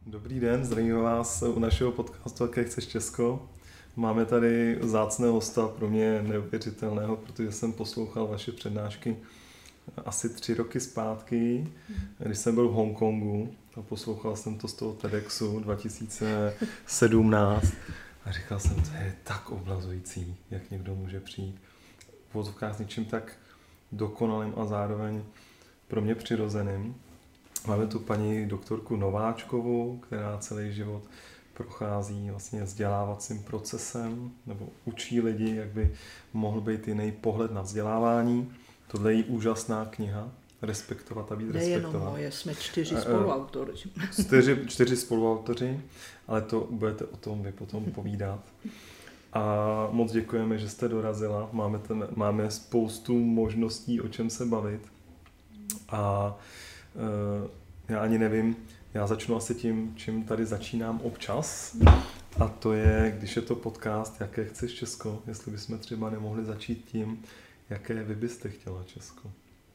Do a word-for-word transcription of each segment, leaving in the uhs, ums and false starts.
Dobrý den, zdravím vás u našeho podcastu Jak chceš Česko. Máme tady vzácného hosta, pro mě neuvěřitelného, protože jsem poslouchal vaše přednášky asi tři roky zpátky, když jsem byl v Hongkongu a poslouchal jsem to z toho TEDxu dva tisíce sedmnáct a říkal jsem, to je tak oblazující, jak někdo může přijít v vozovkách s něčím tak dokonalým a zároveň pro mě přirozeným. Máme tu paní doktorku Nováčkovou, která celý život prochází vlastně vzdělávacím procesem nebo učí lidi, jak by mohl být jiný pohled na vzdělávání. Tohle je úžasná kniha, Respektovat a být respektovat. Nejenom moje, jsme čtyři spoluautoři. Čtyři, čtyři spoluautoři, ale to budete o tom vy potom povídat. A moc děkujeme, že jste dorazila. Máme, ten, máme spoustu možností, o čem se bavit. A já ani nevím, já začnu asi tím, čím tady začínám občas, a to je, když je to podcast Jaké chceš Česko, jestli bychom třeba nemohli začít tím, jaké vy byste chtěla Česko.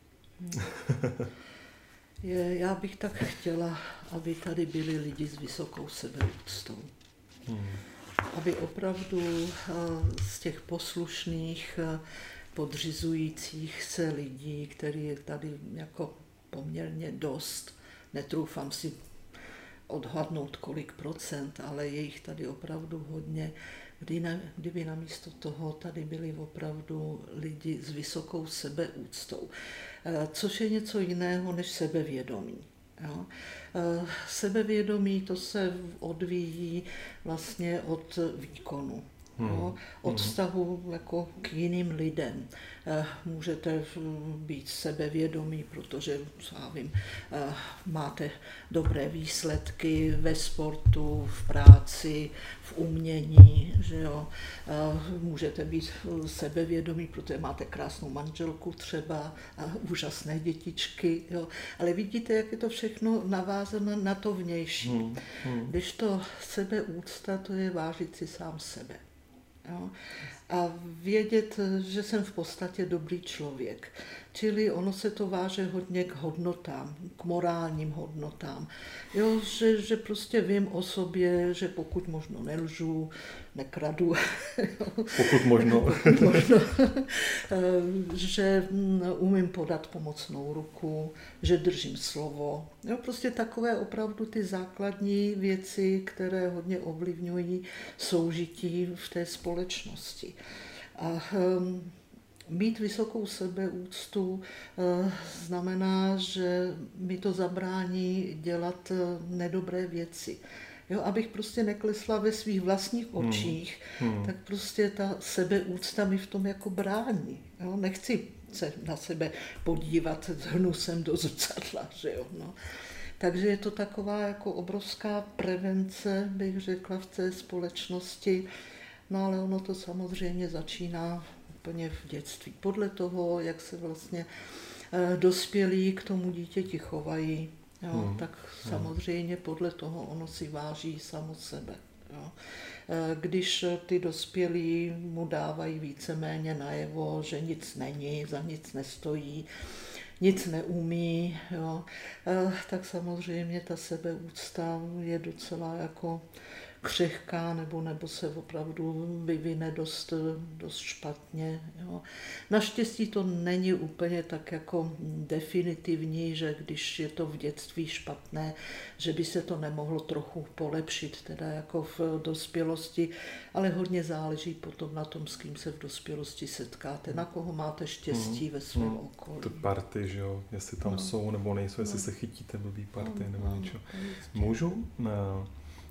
Je, já bych tak chtěla, aby tady byli lidi s vysokou sebeúctou. Hmm. Aby opravdu z těch poslušných, podřizujících se lidí, který je tady jako poměrně dost, netroufám si odhadnout kolik procent, ale je jich tady opravdu hodně, kdy na, kdyby namísto toho tady byli opravdu lidi s vysokou sebeúctou, což je něco jiného než sebevědomí. Jo. Sebevědomí to se odvíjí vlastně od výkonu. Hmm. No, od vztahu jako k jiným lidem. Můžete být sebevědomí, protože já vím, máte dobré výsledky ve sportu, v práci, v umění, že jo. Můžete být sebevědomí, protože máte krásnou manželku třeba, úžasné dětičky, jo. Ale vidíte, jak je to všechno navázáno na to vnější. Hmm. Hmm. Když to sebeúcta, to je vážit si sám sebe. Jo? A vědět, že jsem v podstatě dobrý člověk. Čili ono se to váže hodně k hodnotám, k morálním hodnotám. Jo, že, že prostě vím o sobě, že pokud možno nelžu, nekradu. Pokud možno. pokud možno že umím podat pomocnou ruku, že držím slovo. Jo, prostě takové opravdu ty základní věci, které hodně ovlivňují soužití v té společnosti. A um, mít vysokou sebeúctu uh, znamená, že mi to zabrání dělat uh, nedobré věci. Jo, abych prostě neklesla ve svých vlastních očích, hmm. Hmm. tak prostě ta sebeúcta mi v tom jako brání. Jo, nechci se na sebe podívat s hnusem do zrcadla, že jo, no. Takže je to taková jako obrovská prevence, bych řekla, v té společnosti. No ale ono to samozřejmě začíná úplně v dětství. Podle toho, jak se vlastně e, dospělí k tomu dítěti chovají, jo, hmm. tak samozřejmě podle toho ono si váží samo sebe. Jo. E, když ty dospělí mu dávají víceméně najevo, že nic není, za nic nestojí, nic neumí, jo, e, tak samozřejmě ta sebeúcta je docela jako křehká, nebo, nebo se opravdu vyvine dost, dost špatně. Jo. Naštěstí to není úplně tak jako definitivní, že když je to v dětství špatné, že by se to nemohlo trochu polepšit, teda jako v dospělosti, ale hodně záleží potom na tom, s kým se v dospělosti setkáte, na koho máte štěstí hmm. ve svém hmm. okolí. To party, že jo, jestli tam no. jsou nebo nejsou, jestli no. se chytíte blbý party no, nebo no, něco. Můžu? No.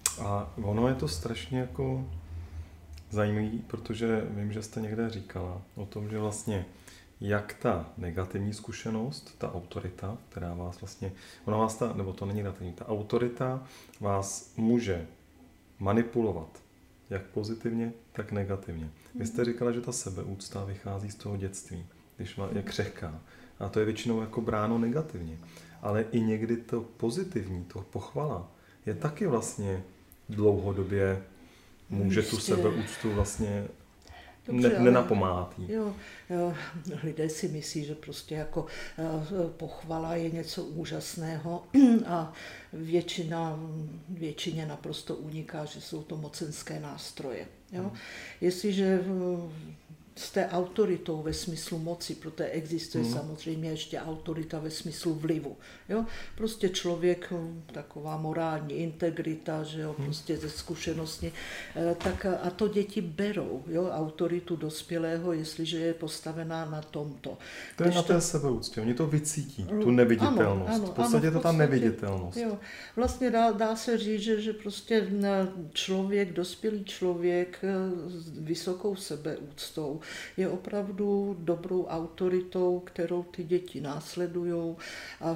A ono je to strašně jako zajímavý, protože vím, že jste někde říkala o tom, že vlastně jak ta negativní zkušenost, ta autorita, která vás vlastně, ona vás ta, nebo to není negativní, ta autorita vás může manipulovat, jak pozitivně, tak negativně. Vy jste říkala, že ta sebeúcta vychází z toho dětství, když je křehká. A to je většinou jako bráno negativně. Ale i někdy to pozitivní, to pochvala, je taky vlastně dlouhodobě může tu sebeúctu vlastně Dobře, ne, ale- nenapomáhá jí. Jo, jo, lidé si myslí, že prostě jako eh, pochvala je něco úžasného a většina, většině naprosto uniká, že jsou to mocenské nástroje. Jo? Jestliže eh, jste autoritou ve smyslu moci, protože existuje Hmm. samozřejmě ještě autorita ve smyslu vlivu. Jo? Prostě člověk, hm, taková morální integrita, že jo, prostě ze zkušenosti, eh, tak a to děti berou, jo, autoritu dospělého, jestliže je postavená na tomto. To je Když na té sebeúctě, oni to vycítí, tu Ano, neviditelnost. ano, v podstatě ano, je to ta v podstatě, neviditelnost. Jo, vlastně dá, dá se říct, že, že prostě člověk, dospělý člověk s vysokou sebeúctou je opravdu dobrou autoritou, kterou ty děti následují a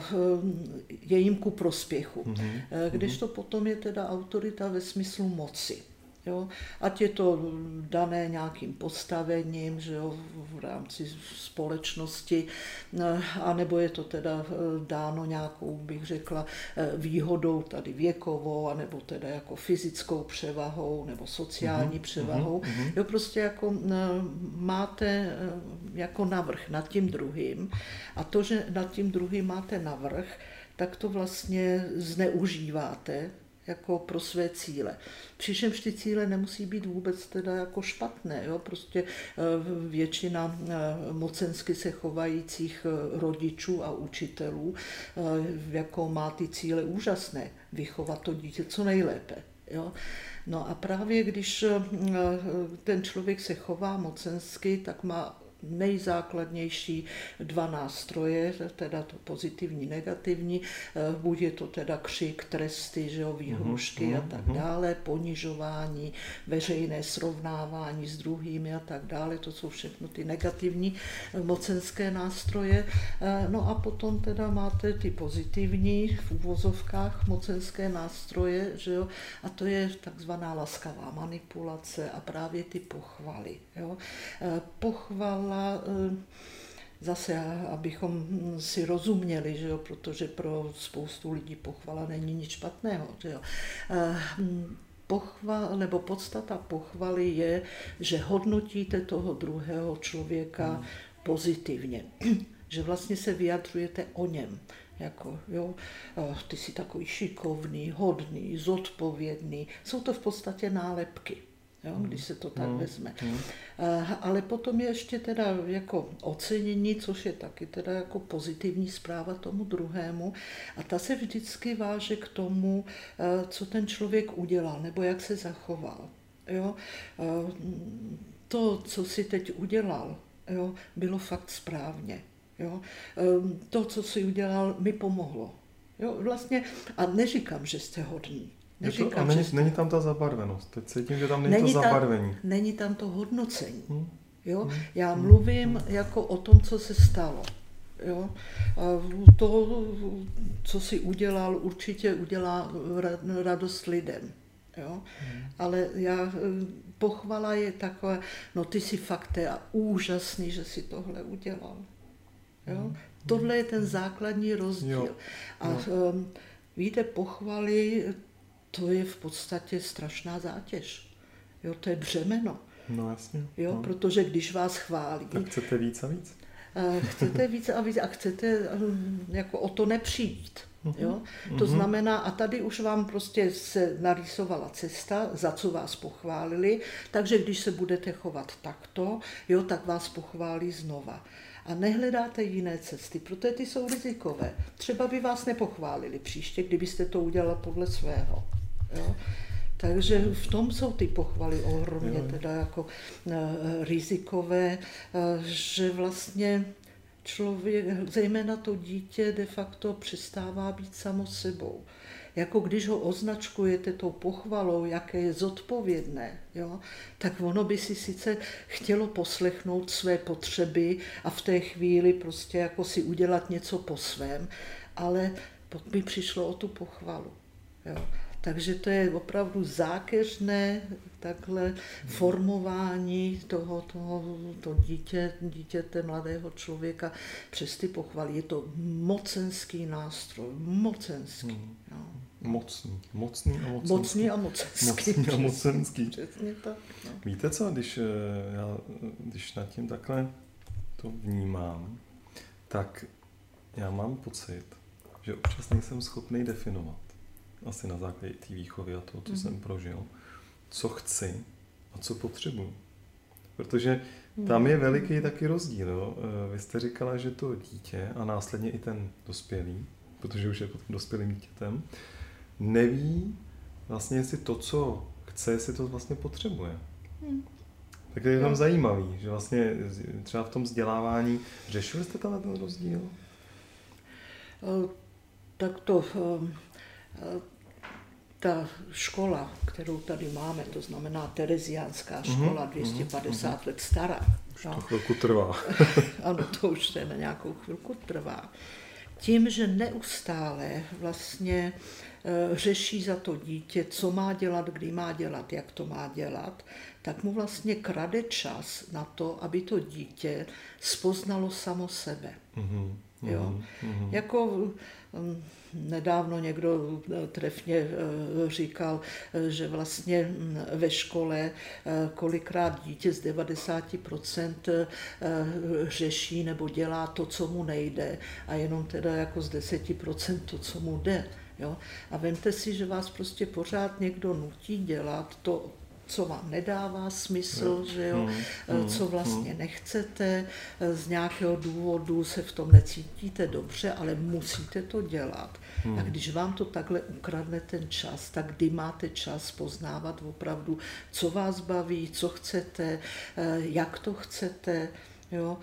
je jim ku prospěchu. Mm-hmm. Když to potom je teda autorita ve smyslu moci. Jo? Ať je to dané nějakým postavením, že jo, v rámci společnosti, anebo je to teda dáno nějakou, bych řekla, výhodou tady věkovou, anebo teda jako fyzickou převahou, nebo sociální mm-hmm. převahou. Mm-hmm. Jo, prostě jako máte jako navrch nad tím druhým a to, že nad tím druhým máte navrch, tak to vlastně zneužíváte jako pro své cíle. Přičemž ty cíle nemusí být vůbec teda jako špatné. Jo? Prostě většina mocensky se chovajících rodičů a učitelů jako má ty cíle úžasné. Vychovat to dítě co nejlépe. Jo? No a právě když ten člověk se chová mocensky, tak má nejzákladnější dva nástroje, teda to pozitivní, negativní, buď je to teda křik, tresty, že jo, výhrušky mm-hmm, a tak dále, ponižování, veřejné srovnávání s druhými a tak dále, to jsou všechno ty negativní mocenské nástroje. No a potom teda máte ty pozitivní v uvozovkách mocenské nástroje, že jo, a to je takzvaná laskavá manipulace a právě ty pochvaly. Jo. Pochval zase, abychom si rozuměli, že jo, protože pro spoustu lidí pochvala není nic špatného. Že jo. Pochval, nebo podstata pochvaly je, že hodnotíte toho druhého člověka hmm. pozitivně, že vlastně se vyjadřujete o něm. Jako, jo, ty jsi takový šikovný, hodný, zodpovědný. Jsou to v podstatě nálepky. Jo, když se to tak mm, vezme. Mm. Ale potom je ještě teda jako ocenění, což je taky teda jako pozitivní zpráva tomu druhému a ta se vždycky váže k tomu, co ten člověk udělal nebo jak se zachoval. Jo? To, co si teď udělal, jo, bylo fakt správně. Jo? To, co si udělal, mi pomohlo. Jo? Vlastně, a neříkám, že jste hodný. Neříkám, to, a není, že... není tam ta zabarvenost. Teď cítím, že tam není, není to zabarvení. Ta, není tam to hodnocení. Hmm. Jo? Hmm. Já mluvím hmm. jako o tom, co se stalo. Jo? A to, co si udělal, určitě udělá radost lidem. Jo? Hmm. Ale já, pochvala je taková, no ty jsi fakt a úžasný, že si tohle udělal. Jo? Hmm. Tohle je ten základní rozdíl. Jo. A jo. Um, víte, pochvaly, to je v podstatě strašná zátěž. Jo, to je břemeno. No jasně. Jo, no. Protože když vás chválí... Tak chcete víc a víc. Chcete víc a víc a chcete jako o to nepřijít. Jo? To znamená, a tady už vám prostě se narýsovala cesta, za co vás pochválili, takže když se budete chovat takto, jo, tak vás pochválí znova. A nehledáte jiné cesty, protože ty jsou rizikové. Třeba by vás nepochválili příště, kdybyste to udělala podle svého. Jo? Takže v tom jsou ty pochvaly ohromně teda jako uh, rizikové, uh, že vlastně člověk, zejména to dítě, de facto přestává být samo sebou. Jako když ho označkujete tou pochvalou, jaké je zodpovědné, jo, tak ono by si sice chtělo poslechnout své potřeby a v té chvíli prostě jako si udělat něco po svém, ale potom by přišlo o tu pochvalu. Jo. Takže to je opravdu zákeřné takhle formování toho, toho to dítě, dítěte, mladého člověka přes ty pochvaly. Je to mocenský nástroj, mocenský. Hmm. Jo. Mocný. Mocný a mocenský. Mocný a mocenský. Mocný a mocenský. Přesně tak. No. Víte co, když, já, když nad tím takhle to vnímám, tak já mám pocit, že občas nejsem schopný definovat, asi na základě té výchovy a toho, co mm. jsem prožil, co chci a co potřebuji. Protože tam je veliký taky rozdíl. Jo? Vy jste říkala, že to dítě a následně i ten dospělý, protože už je potom dospělým dítětem, neví vlastně, jestli to, co chce, jestli to vlastně potřebuje. Hmm. Tak je tam zajímavý, že vlastně třeba v tom vzdělávání řešili jste tam ten rozdíl? Tak to, ta škola, kterou tady máme, to znamená Tereziánská škola, dvě stě padesát let stará. Už to chvilku trvá. Ano, to už se na nějakou chvilku trvá. Tím, že neustále vlastně řeší za to dítě, co má dělat, kdy má dělat, jak to má dělat, tak mu vlastně krade čas na to, aby to dítě spoznalo samo sebe. Mm-hmm. Jo? Mm-hmm. Jako nedávno někdo trefně říkal, že vlastně ve škole kolikrát dítě z devadesát procent řeší nebo dělá to, co mu nejde, a jenom teda jako z deset procent to, co mu jde. Jo? A vemte si, že vás prostě pořád někdo nutí dělat to, co vám nedává smysl, že jo? Co vlastně nechcete, z nějakého důvodu se v tom necítíte dobře, ale musíte to dělat. A když vám to takhle ukradne ten čas, tak kdy máte čas poznávat opravdu, co vás baví, co chcete, jak to chcete, jo?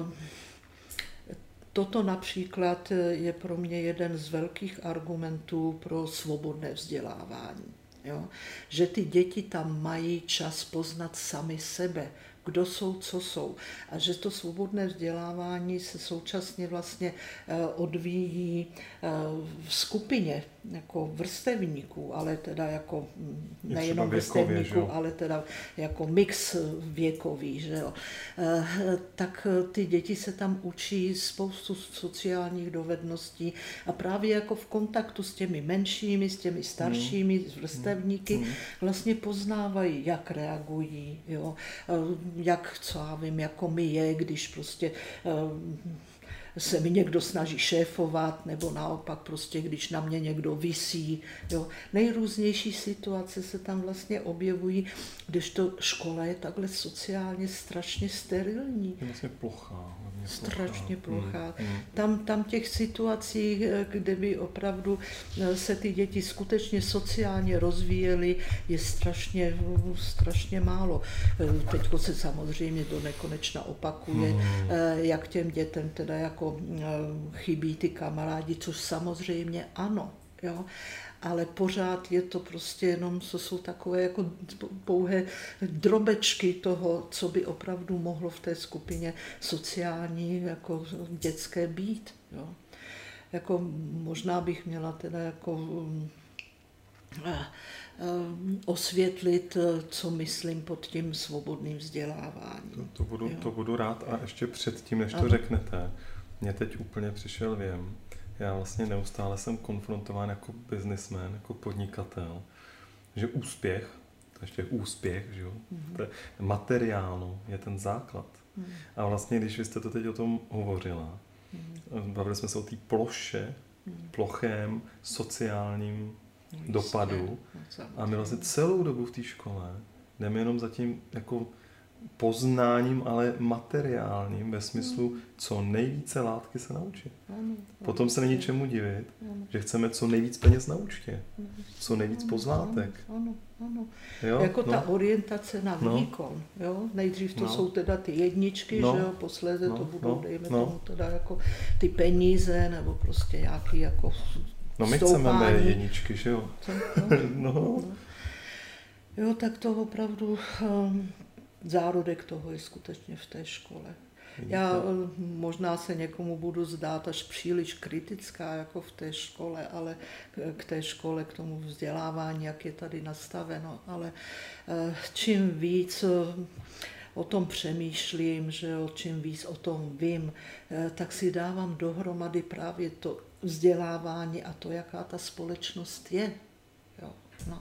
Toto například je pro mě jeden z velkých argumentů pro svobodné vzdělávání. Jo? Že ty děti tam mají čas poznat sami sebe, kdo jsou, co jsou. A že to svobodné vzdělávání se současně vlastně odvíjí v skupině jako vrstevníků, ale teda jako nejenom vrstevníků, ale teda jako mix věkový, že jo. Tak ty děti se tam učí spoustu sociálních dovedností a právě jako v kontaktu s těmi menšími, s těmi staršími, s vrstevníky vlastně poznávají, jak reagují, jo. Jak, co já vím, jako mi je, když prostě se mi někdo snaží šéfovat, nebo naopak prostě, když na mě někdo visí. Jo. Nejrůznější situace se tam vlastně objevují, když to škola je takhle sociálně strašně sterilní. Je vlastně plochá. Strašně plochá. Mm, mm. Tam, tam těch situací, kde by opravdu se ty děti skutečně sociálně rozvíjely, je strašně, strašně málo. Teďko se samozřejmě do nekonečna opakuje, mm. jak těm dětem teda jako chybí ty kamarádi, což samozřejmě ano, jo. Ale pořád je to prostě jenom, co jsou takové jako pouhé drobečky toho, co by opravdu mohlo v té skupině sociální, jako dětské být. Jo. Jako možná bych měla teda jako um, um, osvětlit, co myslím pod tím svobodným vzděláváním. To, to, budu, to budu rád a ještě předtím, než to ano. řeknete, mě teď úplně přišel věm. Já vlastně neustále jsem konfrontován jako businessman, jako podnikatel, že úspěch, to ještě úspěch, že jo, mm-hmm. to je materiálno, je ten základ. Mm. A vlastně, když vy jste to teď o tom hovořila, mm. bavili jsme se o té ploše, mm. plochém sociálním no, dopadu no, a my vlastně celou dobu v té škole jdeme jenom za tím jako poznáním, ale materiálním, ve smyslu co nejvíce látky se naučit. Potom se není čemu divit, že chceme co nejvíc peněz na účtě, co nejvíc pozlátek. Ano, ano. Jo, jako no. Ta orientace na výkon. No. Jo? Nejdřív to no. jsou teda ty jedničky, no. že jo? Posléze no. to budou, no. dejme no. tomu, teda jako ty peníze, nebo prostě nějaký jako No my chceme mé jedničky, že jo? No. no. Jo, tak to opravdu um, zárodek toho je skutečně v té škole. Já možná se někomu budu zdát až příliš kritická jako v té škole, ale k té škole, k tomu vzdělávání, jak je tady nastaveno, ale čím víc o tom přemýšlím, že jo, čím víc o tom vím, tak si dávám dohromady právě to vzdělávání a to, jaká ta společnost je. Jo, no.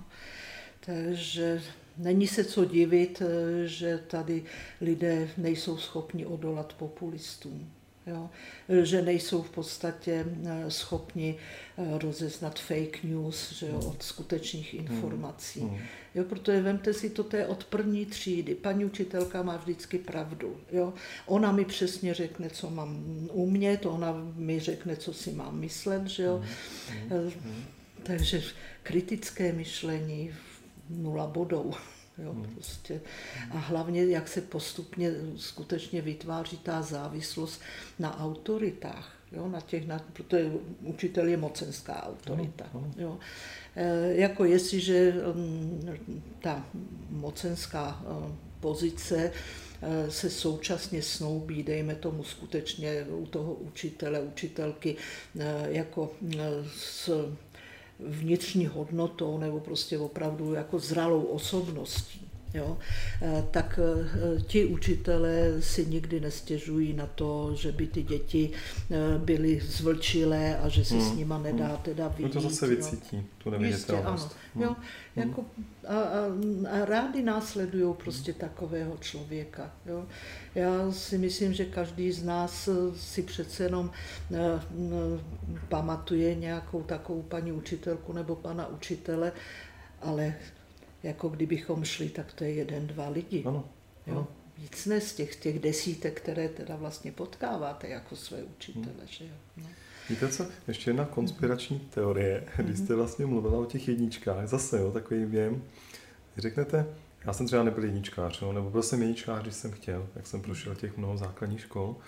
Takže není se co divit, že tady lidé nejsou schopni odolat populistům. Jo? Že nejsou v podstatě schopni rozeznat fake news, že jo, od skutečných informací. Mm. Jo, protože vemte si, to je od první třídy. Paní učitelka má vždycky pravdu. Jo? Ona mi přesně řekne, co mám umět, ona mi řekne, co si mám myslet. Že jo? Mm. Mm. Takže kritické myšlení nula bodou. Jo, prostě. A hlavně, jak se postupně skutečně vytváří ta závislost na autoritách. Jo, na těch, na, protože učitel je mocenská autorita. Jo. E, jako jestliže m, ta mocenská e, pozice e, se současně snoubí, dejme tomu skutečně u toho učitele, učitelky, e, jako e, s vnitřní hodnotou nebo prostě opravdu jako zralou osobností, jo, tak ti učitelé si nikdy nestěžují na to, že by ty děti byly zvlčilé a že se hmm. s nima nedá teda vidět. No to zase vycítí, tu neviditelnost. Hmm. Jo, jako, a, a, a rádi následují prostě hmm. takového člověka. Jo. Já si myslím, že každý z nás si přece jenom uh, uh, pamatuje nějakou takovou paní učitelku nebo pana učitele, ale jako kdybychom šli, tak to je jeden, dva lidi. Ano, ano. Jo. Víc ne z těch, těch desítek, které teda vlastně potkáváte jako své učitele. Hmm. Že jo? No. Víte co, ještě jedna konspirační teorie, když jste vlastně mluvila o těch jedničkách, zase jo, takový věm, řeknete, já jsem třeba nebyl jedničkář, no, nebo byl jsem jedničkář, když jsem chtěl, tak jsem prošel těch mnoho základních škol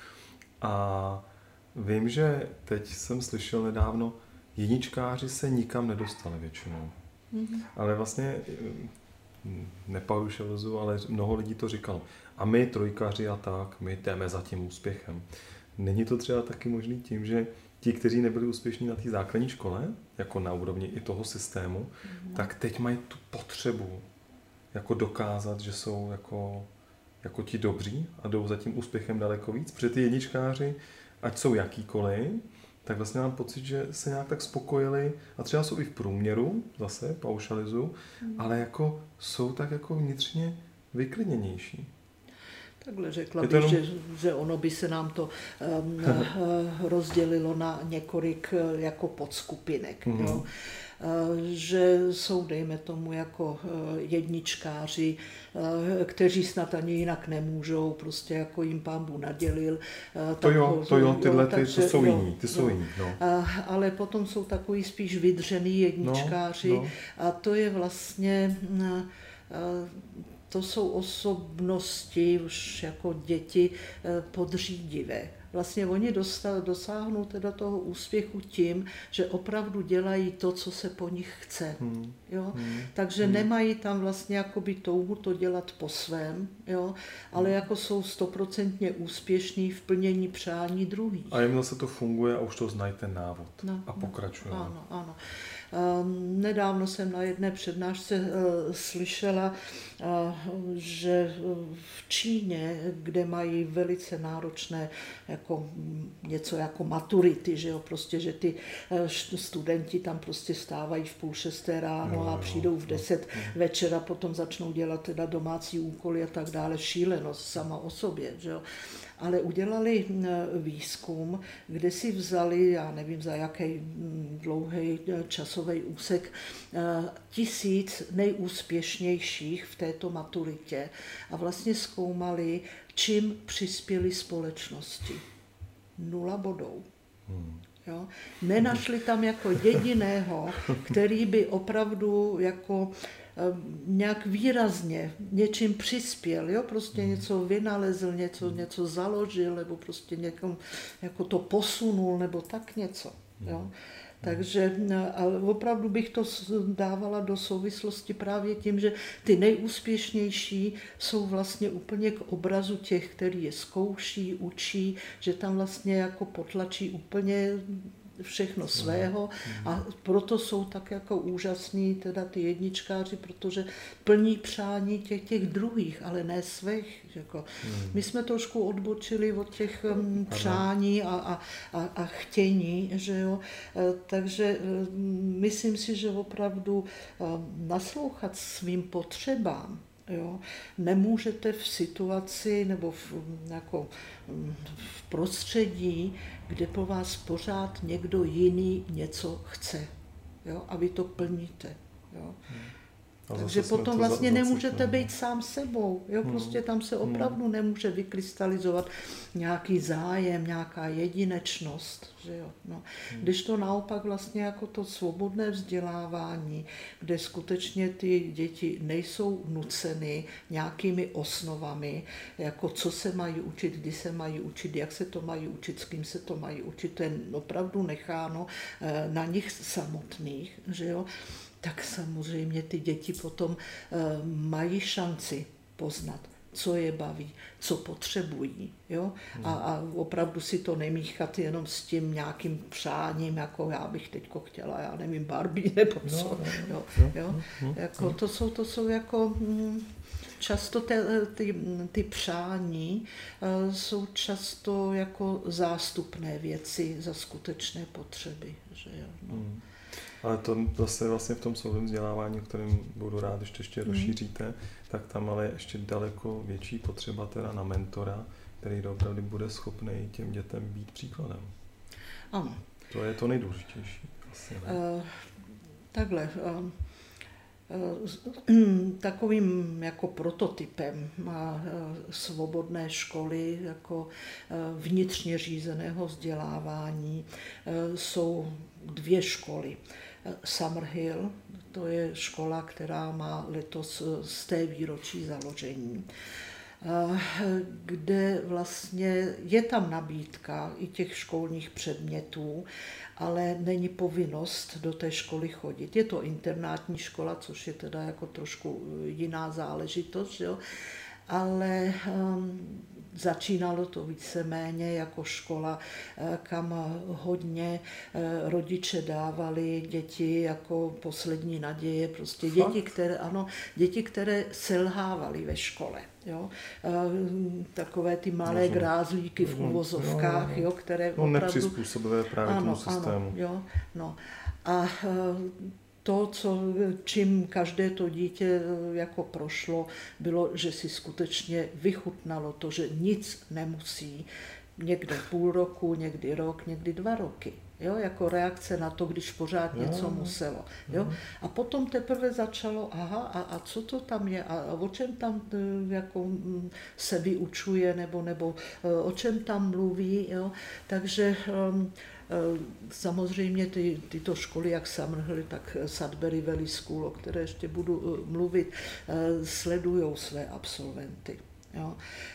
a vím, že teď jsem slyšel nedávno, jedničkáři se nikam nedostali většinou, mm-hmm. ale vlastně nepaušalizuju, ale mnoho lidí to říkalo. A my trojkaři a tak, my jdeme za tím úspěchem. Není to třeba taky možný tím, že ti, kteří nebyli úspěšní na té základní škole, jako na úrovni i toho systému, mm. tak teď mají tu potřebu jako dokázat, že jsou jako, jako ti dobří a jdou za tím úspěchem daleko víc. Protože ty jedničkáři, ať jsou jakýkoliv, tak vlastně mám pocit, že se nějak tak spokojili a třeba jsou i v průměru, zase paušalizu, mm. ale jako jsou tak jako vnitřně vyklidněnější. Takhle řekla bych, jenom... že, že ono by se nám to um, rozdělilo na několik jako podskupinek. Mm-hmm. Jo? Uh, že jsou, dejme tomu, jako uh, jedničkáři, uh, kteří snad ani jinak nemůžou, prostě jako jim Pán Bůh nadělil. Uh, to jo, to jo, tyhle ty, takže, to jsou jiní, ty jsou jiní. No. Uh, ale potom jsou takový spíš vydřený jedničkáři no, no. a to je vlastně... Uh, uh, To jsou osobnosti, už jako děti, podřídivé. Vlastně oni dosáhnou teda toho úspěchu tím, že opravdu dělají to, co se po nich chce. Hmm. Jo? Hmm. Takže hmm. nemají tam vlastně jakoby touhu to dělat po svém, jo? Ale jako jsou stoprocentně úspěšní v plnění přání druhých. A jim zase to funguje a už to znají ten návod no, a pokračuje. No, ano, ano. Um, nedávno jsem na jedné přednášce uh, slyšela, uh, že v Číně, kde mají velice náročné jako něco jako maturity, že jo, prostě, že ty uh, studenti tam prostě stávají v půl šesté ráno no, a přijdou v deset no, no. večer a potom začnou dělat teda domácí úkoly a tak dále, šílenost sama o sobě, že jo. Ale udělali výzkum, kde si vzali, já nevím za jaký dlouhý časový úsek, tisíc nejúspěšnějších v této maturitě a vlastně zkoumali, čím přispěli společnosti. Nula bodou. Hmm. Jo? Nenašli tam jako jediného, který by opravdu jako nějak výrazně něčím přispěl, jo? Prostě něco vynalezl, něco, něco založil, nebo prostě někom jako to posunul, nebo tak něco. Jo? Takže ale opravdu bych to dávala do souvislosti právě tím, že ty nejúspěšnější jsou vlastně úplně k obrazu těch, který je zkouší, učí, že tam vlastně jako potlačí úplně všechno svého a proto jsou tak jako úžasní teda ty jedničkáři, protože plní přání těch, těch druhých, ale ne svých. Jako. My jsme trošku odbočili od těch um, přání a, a, a, a chtění, že jo. Takže myslím si, že opravdu naslouchat svým potřebám, jo, nemůžete v situaci nebo v, jako, v prostředí, kde po vás pořád někdo jiný něco chce, jo, a vy to plníte. Jo. Takže potom vlastně nemůžete být sám sebou. Jo? Prostě tam se opravdu nemůže vykrystalizovat nějaký zájem, nějaká jedinečnost. Že jo? No. Když to naopak vlastně jako to svobodné vzdělávání, kde skutečně ty děti nejsou nuceny nějakými osnovami, jako co se mají učit, kdy se mají učit, jak se to mají učit, s kým se to mají učit, to je opravdu necháno na nich samotných. Že jo? Tak samozřejmě ty děti potom uh, mají šanci poznat, co je baví, co potřebují. Jo? Hmm. A, a opravdu si to nemíchat jenom s tím nějakým přáním, jako já bych teďko chtěla, já nevím, Barbie nebo co. No, no, jo? Jo? No, jako, to, jsou, to jsou jako... Mm, často ty, ty, ty přání uh, jsou často jako zástupné věci za skutečné potřeby. Že jo? No. Hmm. Ale to zase vlastně v tom svobodném vzdělávání, o kterém budu rád, ještě ještě mm. rozšíříte, tak tam ale je ještě daleko větší potřeba teda na mentora, který opravdu bude schopný těm dětem být příkladem. Ano. To je to nejdůležitější. Vlastně, ne? uh, takhle. Uh, uh, takovým jako prototypem uh, svobodné školy, jako uh, vnitřně řízeného vzdělávání, uh, jsou dvě školy. Summerhill, to je škola, která má letos z té výročí založení, kde vlastně je tam nabídka i těch školních předmětů, ale není povinnost do té školy chodit. Je to internátní škola, což je teda jako trošku jiná záležitost, jo? Ale um, začínalo to víceméně jako škola, kam hodně rodiče dávali děti jako poslední naděje, prostě děti, které, ano, děti, které selhávaly ve škole. Jo? Takové ty malé grázlíky v uvozovkách, jo, které no, opravdu... nepřizpůsobivé právě ano, tomu systému. Ano, jo, no. A to, co, čím každé to dítě jako prošlo, bylo, že si skutečně vychutnalo to, že nic nemusí. Někde půl roku, někdy rok, někdy dva roky. Jo, jako reakce na to, když pořád jo, něco muselo. Jo? A potom teprve začalo, aha, a, a co to tam je, a, a o čem tam jako, se vyučuje, nebo, nebo o čem tam mluví. Jo? Takže um, samozřejmě ty, tyto školy, jak Summerhill, tak Sudbury Valley School, o které ještě budu mluvit, sledují své absolventy. Jo?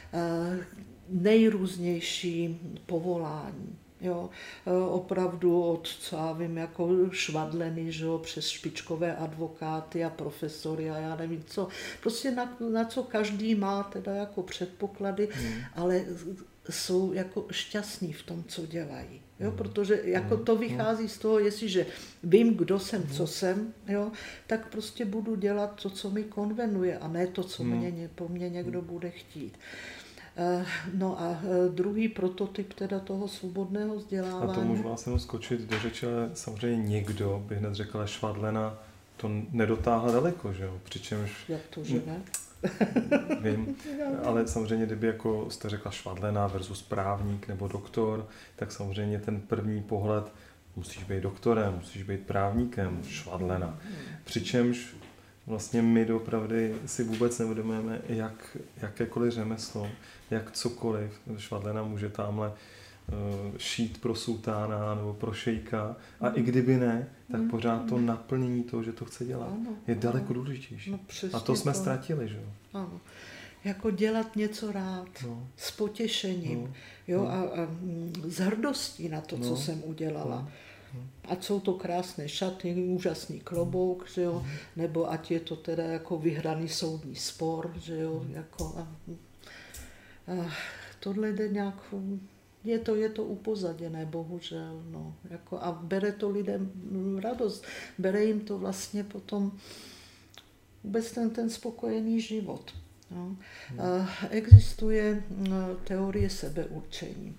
Nejrůznější povolání. Jo, opravdu od, co já vím, jako švadleny, že jo, přes špičkové advokáty a profesory a já nevím co. Prostě na, na co každý má teda jako předpoklady, hmm. ale jsou jako šťastní v tom, co dělají. Jo, protože jako to vychází z toho, jestliže vím, kdo jsem, co jsem, jo, tak prostě budu dělat to, co mi konvenuje, a ne to, co mě, po mně někdo bude chtít. No a druhý prototyp teda toho svobodného vzdělávání. A to můžu vás jenom skočit do řeči, ale samozřejmě někdo, bych hned řekla, švadlena, to nedotáhla daleko, že jo? Přičemž... Jak to, že ne? Vím, ale samozřejmě, kdyby jako jste řekla švadlena versus právník nebo doktor, tak samozřejmě ten první pohled, musíš být doktorem, musíš být právníkem, švadlena. Přičemž vlastně my doopravdy si vůbec neuvědomujeme, jak jakékoliv řemeslo, jak cokoliv, švadlena může tamhle uh, šít pro sultána nebo pro šejka, a i kdyby ne, tak mm. pořád to naplnění toho, že to chce dělat, ano, je daleko ano. důležitější. No, a to jsme to. ztratili, že jo? Ano. Jako dělat něco rád, no. s potěšením, no. jo, no. a, a s hrdostí na to, no. co jsem udělala. No. Ať jsou to krásné šaty, úžasný klobouk, že jo, nebo ať je to teda jako vyhraný soudní spor, že jo, jako a, a tohle jde nějak Je to, je to upozaděné, bohužel. No. Jako, a bere to lidem radost. Bere jim to vlastně potom vůbec ten, ten spokojený život. No. Hmm. Existuje teorie sebeurčení,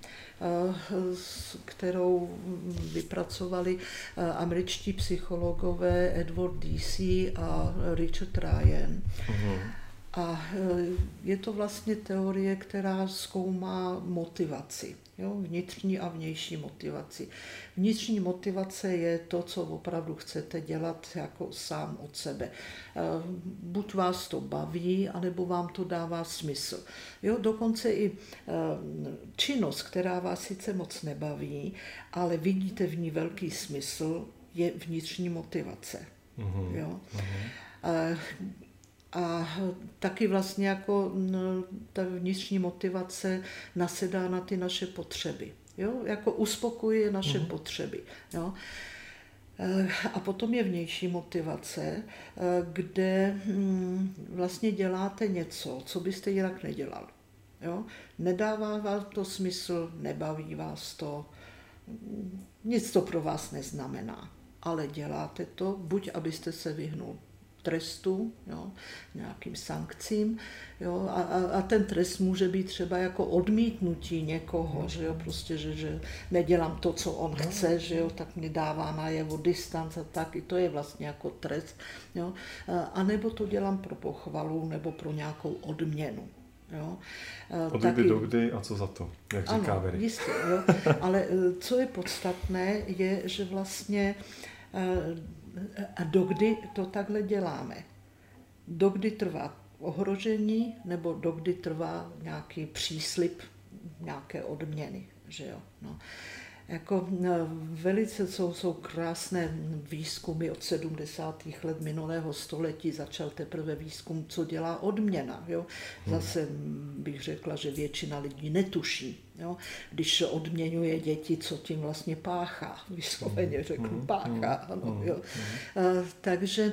kterou vypracovali američtí psychologové Edward Deci a Richard Ryan. Hmm. A je to vlastně teorie, která zkoumá motivaci, jo? Vnitřní a vnější motivaci. Vnitřní motivace je to, co opravdu chcete dělat jako sám od sebe. Buď vás to baví, anebo vám to dává smysl. Jo? Dokonce i činnost, která vás sice moc nebaví, ale vidíte v ní velký smysl, je vnitřní motivace. Mm-hmm. Jo? Mm-hmm. A taky vlastně jako ta vnitřní motivace nasedá na ty naše potřeby. Jo? Jako uspokojuje naše mm. potřeby. Jo? A potom je vnější motivace, kde vlastně děláte něco, co byste jinak nedělal. Jo? Nedává vám to smysl, nebaví vás to, nic to pro vás neznamená. Ale děláte to, buď abyste se vyhnul trestu, jo, nějakým sankcím, jo, a, a, a ten trest může být třeba jako odmítnutí někoho, že jo, prostě, že, že nedělám to, co on chce, že jo, tak mi dává najevo distanc a tak, i to je vlastně jako trest, jo, a nebo to dělám pro pochvalu nebo pro nějakou odměnu. Jo. Od kdy do kdy a co za to, jak říká ano, Very. Jistě, jo, ale co je podstatné, je, že vlastně a dokdy to takhle děláme? Dokdy trvá ohrožení nebo dokdy trvá nějaký příslib nějaké odměny, že jo? No. Jako velice jsou, jsou krásné výzkumy od sedmdesátých let minulého století, začal teprve výzkum, co dělá odměna. Jo? Zase bych řekla, že většina lidí netuší, jo? Když odměňuje děti, co tím vlastně páchá. Vysloveně řeknu páchá. Ano, jo? Takže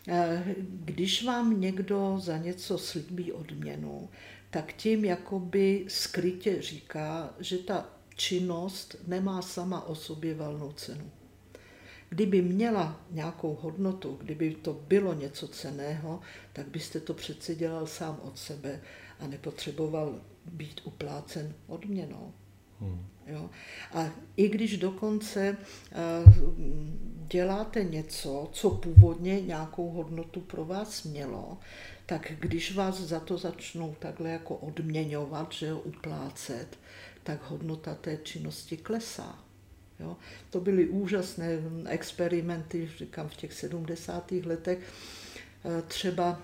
když vám někdo za něco slíbí odměnu, tak tím jakoby skrytě říká, že ta činnost nemá sama o sobě valnou cenu. Kdyby měla nějakou hodnotu, kdyby to bylo něco cenného, tak byste to přece dělal sám od sebe a nepotřeboval být uplácen odměnou. Hmm. Jo? A i když dokonce uh, děláte něco, co původně nějakou hodnotu pro vás mělo, tak když vás za to začnou takhle jako odměňovat, že jo, uplácet, tak hodnota té činnosti klesá. Jo? To byly úžasné experimenty, říkám, v těch sedmdesátých letech, třeba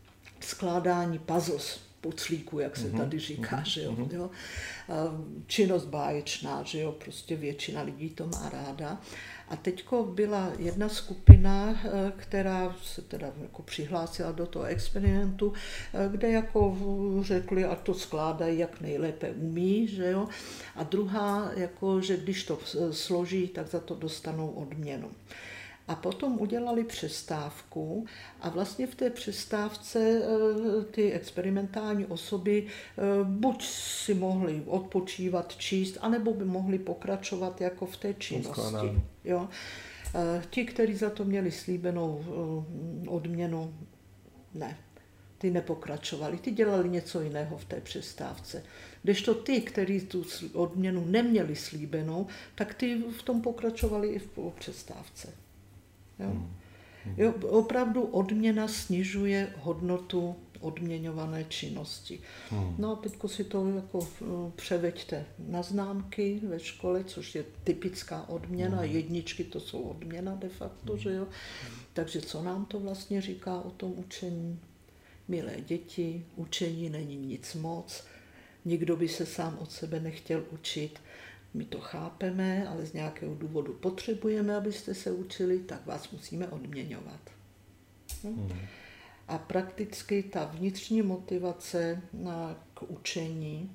skládání puzzles, puclíku, jak se tady říká, že jo? Jo? Činnost báječná, že jo? Prostě většina lidí to má ráda. A teďko byla jedna skupina, která se teda jako přihlásila do toho experimentu, kde jako řekli, a to skládají, jak nejlépe umí, že jo? A druhá, jako, že když to složí, tak za to dostanou odměnu. A potom udělali přestávku a vlastně v té přestávce ty experimentální osoby buď si mohly odpočívat, číst, anebo by mohli pokračovat jako v té činnosti. Jo. Ti, kteří za to měli slíbenou odměnu, ne, ty nepokračovali, ty dělali něco jiného v té přestávce. Kdežto ty, kteří tu odměnu neměli slíbenou, tak ty v tom pokračovali i v přestávce. Jo? Jo, opravdu odměna snižuje hodnotu odměňované činnosti. Hmm. No a teďko si to jako převeďte na známky ve škole, což je typická odměna, hmm. jedničky to jsou odměna de facto, hmm. že jo. Takže co nám to vlastně říká o tom učení? Milé děti, učení není nic moc, nikdo by se sám od sebe nechtěl učit. My to chápeme, ale z nějakého důvodu potřebujeme, abyste se učili, tak vás musíme odměňovat. No? Hmm. A prakticky ta vnitřní motivace k učení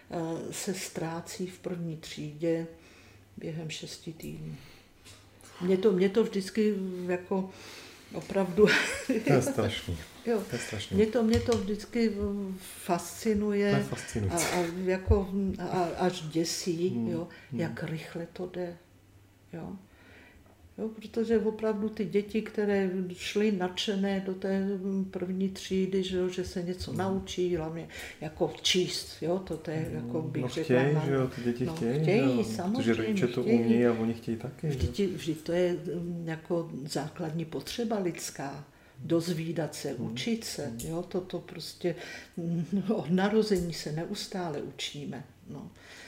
se ztrácí v první třídě během šesti týdnů. Mě to, mě to vždycky jako Opravdu. To je strašný. Jo. To je strašný. Mě to, mě to vždycky fascinuje. To je fascinující. A, a, jako, a až děsí, Hmm. jo, Hmm. jak rychle to jde. Jo. Jo, protože opravdu ty děti, které šly nadšené do té první třídy, že, jo, že se něco Hmm. naučí, hlavně jako číst, jo, to, to je, jako bych no řekla. chtějí, na, že jo, ty děti no, chtějí, chtějí, jo, samozřejmě, protože rodiče to chtějí. umí a oni chtějí taky. Vždyť, vždyť to je mm, jako základní potřeba lidská. Dozvídat se, Hmm. učit se, jo, to, to prostě mm, od narození se neustále učíme, no.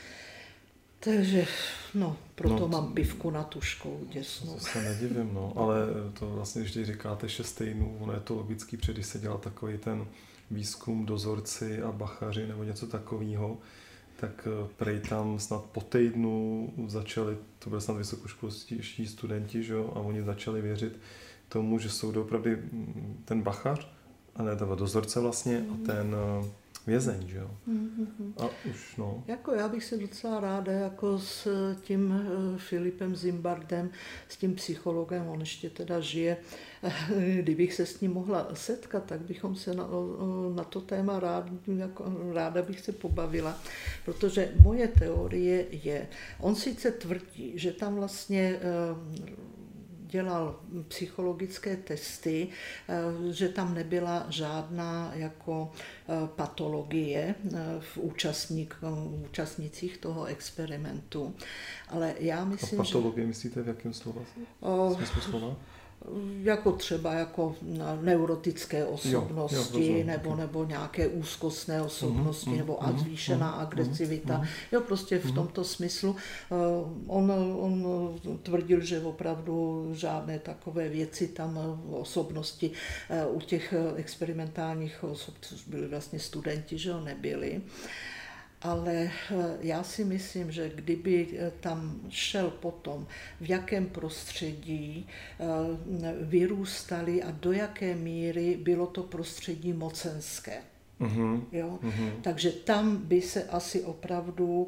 Takže, no, proto No, to- mám pivku na tuškou děsnou. To se nedivím, no, ale to vlastně, když říkáte šest týdnů, ono je to logický, protože když se dělal takový ten výzkum dozorci a bachaři nebo něco takového, tak eh, prej tam snad po týdnu začali, to byly snad vysokoškolští studenti, že jo, a oni začali věřit tomu, že jsou doopravdy mm, ten bachař, a ne teda dozorce vlastně, a ten eh, vězeň, že jo. Mm-hmm. A už, no. Jako já bych se docela ráda jako s tím eh, Filipem Zimbardem, s tím psychologem, on ještě teda žije, kdybych se s ním mohla setkat, tak bychom se na, na to téma rád, jako, ráda bych se pobavila, protože moje teorie je, on sice tvrdí, že tam vlastně eh, dělal psychologické testy, že tam nebyla žádná jako patologie v účastník, účastnících toho experimentu. Ale já myslím, a patologie že... myslíte v jakém slova? O, smyslu slova? Jako třeba jako neurotické osobnosti, jo, jo, nebo, nebo nějaké úzkostné osobnosti, mm, nebo mm, zvýšená mm, agresivita. mm, Jo, prostě v mm. tomto smyslu. On, on tvrdil, že opravdu žádné takové věci tam osobnosti u těch experimentálních osob, což byli vlastně studenti, že jo, nebyli. Ale já si myslím, že kdyby tam šel potom, v jakém prostředí vyrůstali a do jaké míry bylo to prostředí mocenské. Mm-hmm. Jo? Mm-hmm. Takže tam by se asi opravdu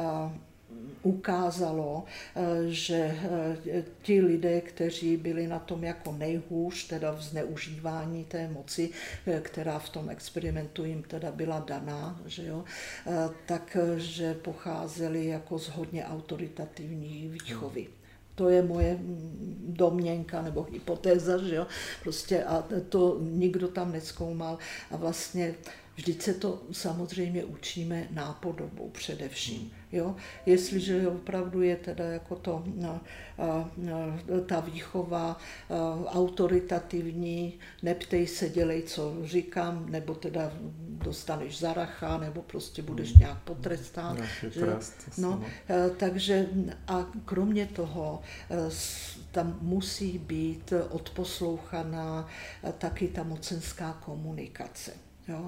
ukázalo, že ti lidé, kteří byli na tom jako nejhůř, teda v zneužívání té moci, která v tom experimentu jim teda byla daná, že jo, takže pocházeli jako z hodně autoritativní výchovy. To je moje domněnka nebo hypotéza, že jo, prostě a to nikdo tam nezkoumal a vlastně vždyť se to samozřejmě učíme nápodobou především. Jo? Jestliže opravdu je teda jako to, no, a, no, ta výchova a, autoritativní, neptej se, dělej, co říkám, nebo teda dostaneš zaracha, nebo prostě budeš nějak potrestán. Trest, no, a, takže a kromě toho tam musí být odposlouchaná taky ta mocenská komunikace. Jo?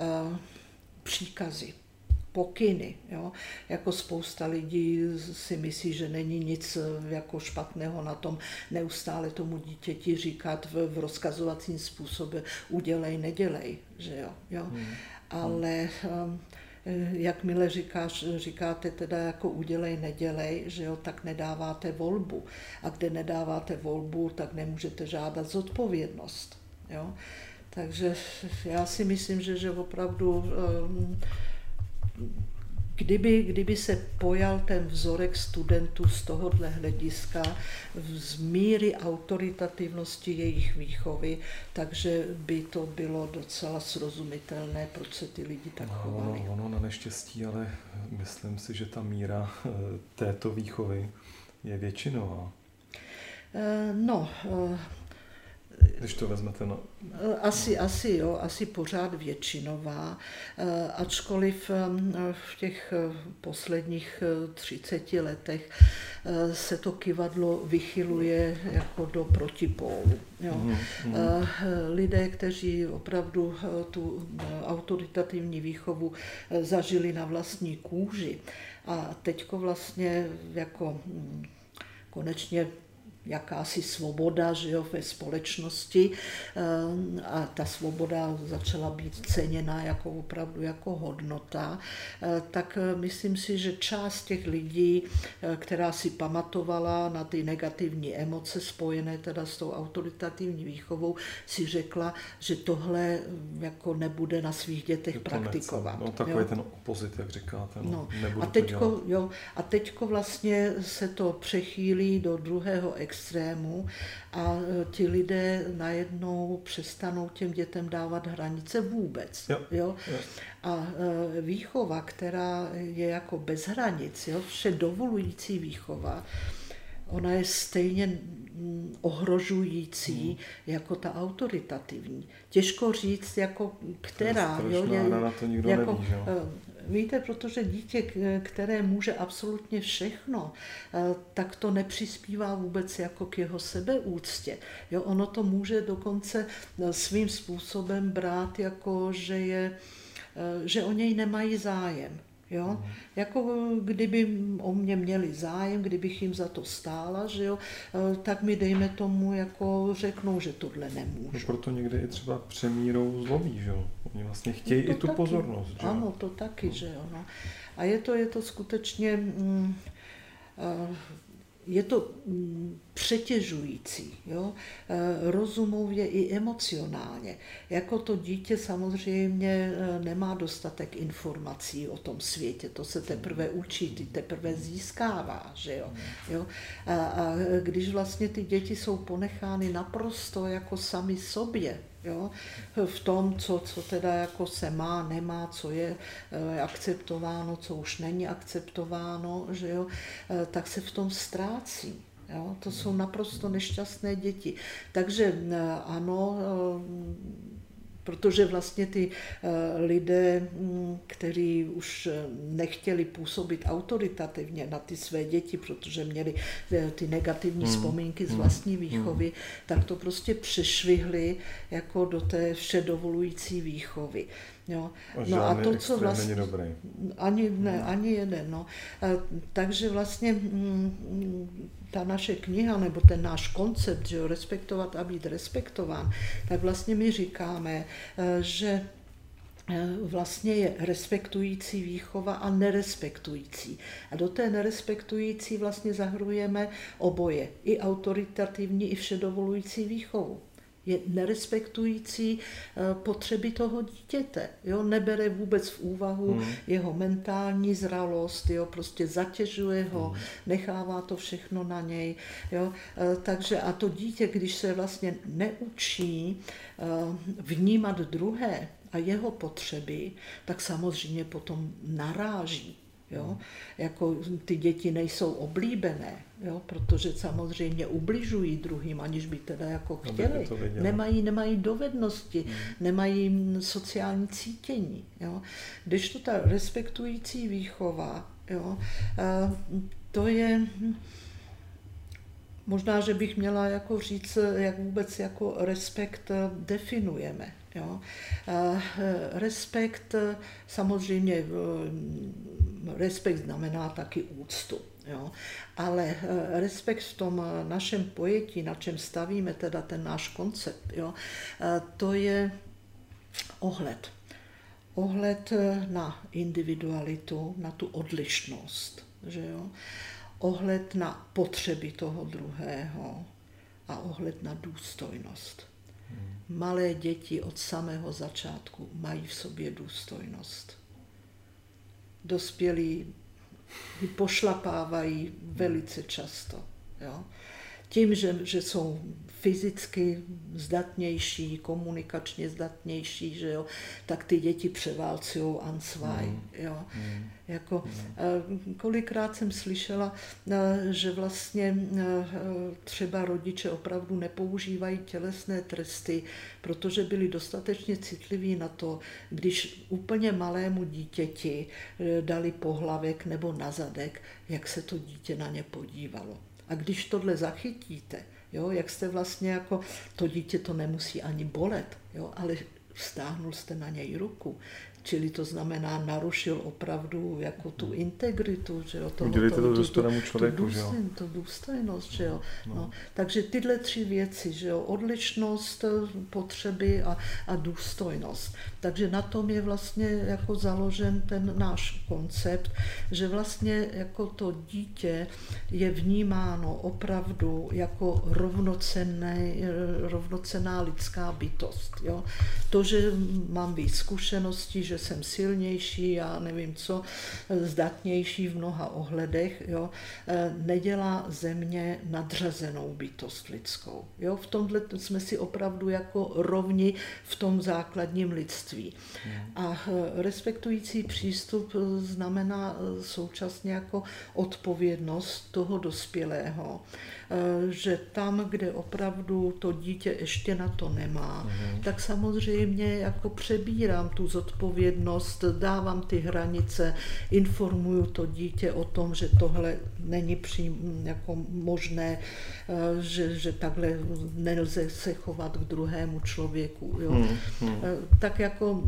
Příkazy, pokyny. Jo? Jako spousta lidí si myslí, že není nic jako špatného na tom neustále tomu dítěti říkat v, v rozkazovacím způsobě udělej, nedělej. Že jo? Jo? Hmm. Ale um, jakmile říkáš, říkáte teda jako udělej, nedělej, že jo, tak nedáváte volbu. A kde nedáváte volbu, tak nemůžete žádat zodpovědnost. Jo? Takže já si myslím, že, že opravdu, kdyby, kdyby se pojal ten vzorek studentů z tohohle hlediska, z míry autoritativnosti jejich výchovy, takže by to bylo docela srozumitelné, proč se ty lidi tak chovali. Ono, ono na neštěstí, ale myslím si, že ta míra této výchovy je většinová. No, když to vezmete na... Asi, asi, jo, asi pořád většinová, ačkoliv v těch posledních třiceti letech se to kyvadlo vychyluje jako do protipólu. Jo. Mm, mm. Lidé, kteří opravdu tu autoritativní výchovu zažili na vlastní kůži a teďko vlastně jako konečně jakási svoboda, že jo, ve společnosti a ta svoboda začala být ceněna jako opravdu jako hodnota, tak myslím si, že část těch lidí, která si pamatovala na ty negativní emoce spojené teda s tou autoritativní výchovou, si řekla, že tohle jako nebude na svých dětech praktikovat. No, takový jo? Ten opozit, jak říkáte. No, no. Nebudu A teďko, jo, a teďko vlastně se to přechýlí do druhého extrému a ti lidé najednou přestanou těm dětem dávat hranice vůbec. Jo. Jo? Jo. A výchova, která je jako bez hranic, jo? Vše dovolující výchova, ona je stejně ohrožující hmm. jako ta autoritativní. Těžko říct, jako která. Jo, je, na to nikdo jako, neví, že? Víte, protože dítě, které může absolutně všechno, tak to nepřispívá vůbec jako k jeho sebeúctě. Jo, ono to může dokonce svým způsobem brát jako, že, je, že o něj nemají zájem. Jo? Mm. Jako kdyby o mě měli zájem, kdybych jim za to stála, že jo? Tak mi dejme tomu jako řeknou, že tohle nemůžu. No proto někdy i třeba přemírou zlobí, že jo? Oni vlastně chtějí no i tu taky. Pozornost. Že? Ano, to taky, no. Že jo. No. A je to, je to skutečně... Mm, uh, je to přetěžující, jo? Rozumově i emocionálně. Jako to dítě samozřejmě nemá dostatek informací o tom světě, to se teprve učí, ty teprve získává, že jo? Jo? A, a když vlastně ty děti jsou ponechány naprosto jako sami sobě, jo? V tom, co, co teda jako se má, nemá, co je akceptováno, co už není akceptováno, že jo? Tak se v tom ztrácí. Jo? To jsou naprosto nešťastné děti. Takže ano, protože vlastně ty lidé, kteří už nechtěli působit autoritativně na ty své děti, protože měli ty negativní hmm. vzpomínky z vlastní výchovy, hmm. tak to prostě přešvihli jako do té všedovolující výchovy. Jo. No a to, co vlastně... Ani, ne, ani jeden. No. Takže vlastně ta naše kniha, nebo ten náš koncept, že jo, respektovat a být respektován, tak vlastně my říkáme, že vlastně je respektující výchova a nerespektující. A do té nerespektující vlastně zahrnujeme oboje, i autoritativní, i všedovolující výchovu. Je nerespektující potřeby toho dítěte, jo? Nebere vůbec v úvahu hmm. jeho mentální zralost, jo? Prostě zatěžuje ho, hmm. nechává to všechno na něj. Jo? Takže a to dítě, když se vlastně neučí vnímat druhé a jeho potřeby, tak samozřejmě potom naráží. Jo? Jako ty děti nejsou oblíbené, jo? Protože samozřejmě ubližují druhým, aniž by teda jako chtěli. Nemají, nemají dovednosti, hmm. nemají sociální cítění. Jo? Kdežto ta respektující výchova, jo? To je... Možná, že bych měla jako říct, jak vůbec jako respekt definujeme. Jo. Respekt, samozřejmě respekt znamená taky úctu, jo. Ale respekt v tom našem pojetí, na čem stavíme teda ten náš koncept, jo, to je ohled. Ohled na individualitu, na tu odlišnost, že jo. Ohled na potřeby toho druhého a ohled na důstojnost. Hmm. Malé děti od samého začátku mají v sobě důstojnost. Dospělí ji pošlapávají velice často. Jo? Tím, že, že jsou fyzicky zdatnější, komunikačně zdatnější, že jo, tak ty děti převálcují ansvaj. Mm. Jo. Mm. Jako, mm. Kolikrát jsem slyšela, že vlastně třeba rodiče opravdu nepoužívají tělesné tresty, protože byli dostatečně citliví na to, když úplně malému dítěti dali pohlavek nebo na zadek, jak se to dítě na ně podívalo. A když tohle zachytíte, jo, jak jste vlastně jako, to dítě to nemusí ani bolet, jo, ale stáhnul jste na něj ruku. Čili to znamená, narušil opravdu jako tu integritu, že jo, toho, udělejte to tu, důstojnému tu, člověku, tu, že jo. tu důstojnost, že jo. No. No. Takže tyhle tři věci, že jo, odlišnost, potřeby a, a důstojnost. Takže na tom je vlastně jako založen ten náš koncept, že vlastně jako to dítě je vnímáno opravdu jako rovnocenné, rovnocenná lidská bytost, jo. To, že mám víc zkušeností, že jsem silnější, já nevím co, zdatnější v mnoha ohledech, jo, nedělá ze mě nadřazenou bytost lidskou. Jo. V tomhle jsme si opravdu jako rovni v tom základním lidství. A respektující přístup znamená současně jako odpovědnost toho dospělého, že tam, kde opravdu to dítě ještě na to nemá, uhum. tak samozřejmě jako přebírám tu zodpovědnost, dávám ty hranice, informuju to dítě o tom, že tohle není přím, jako možné, že, že takhle nelze se chovat k druhému člověku. Jo. Hmm, hmm. Tak jako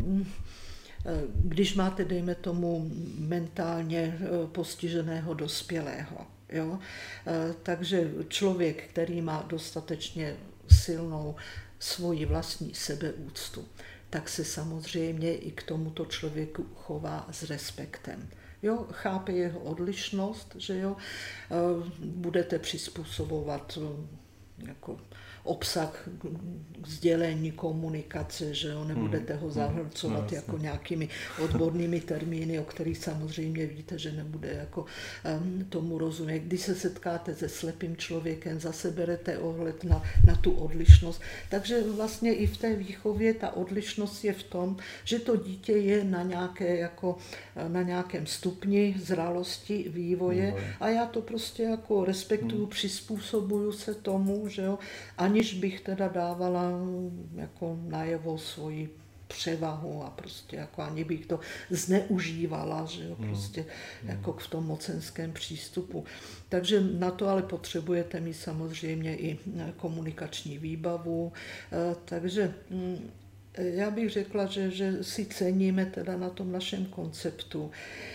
když máte, dejme tomu, mentálně postiženého dospělého, jo, takže člověk, který má dostatečně silnou svoji vlastní sebeúctu, tak se samozřejmě i k tomuto člověku chová s respektem. Jo, chápe jeho odlišnost, že jo, budete přizpůsobovat jako obsah sdělení, komunikace, že jo, nebudete ho zahlcovat no, jako nějakými odbornými termíny, o kterých samozřejmě víte, že nebude jako um, tomu rozumět. Když se setkáte se slepým člověkem, zase berete ohled na, na tu odlišnost. Takže vlastně i v té výchově ta odlišnost je v tom, že to dítě je na, nějaké, jako, na nějakém stupni zralosti, vývoje no, a já to prostě jako respektuju, hmm. přizpůsobuju se tomu, že jo, aniž bych teda dávala jako najevo svoji převahu a prostě jako ani bych to zneužívala, že jo, prostě mm. jako v tom mocenském přístupu. Takže na to ale potřebujete mít samozřejmě i komunikační výbavu, takže já bych řekla, že, že si ceníme teda na tom našem konceptu,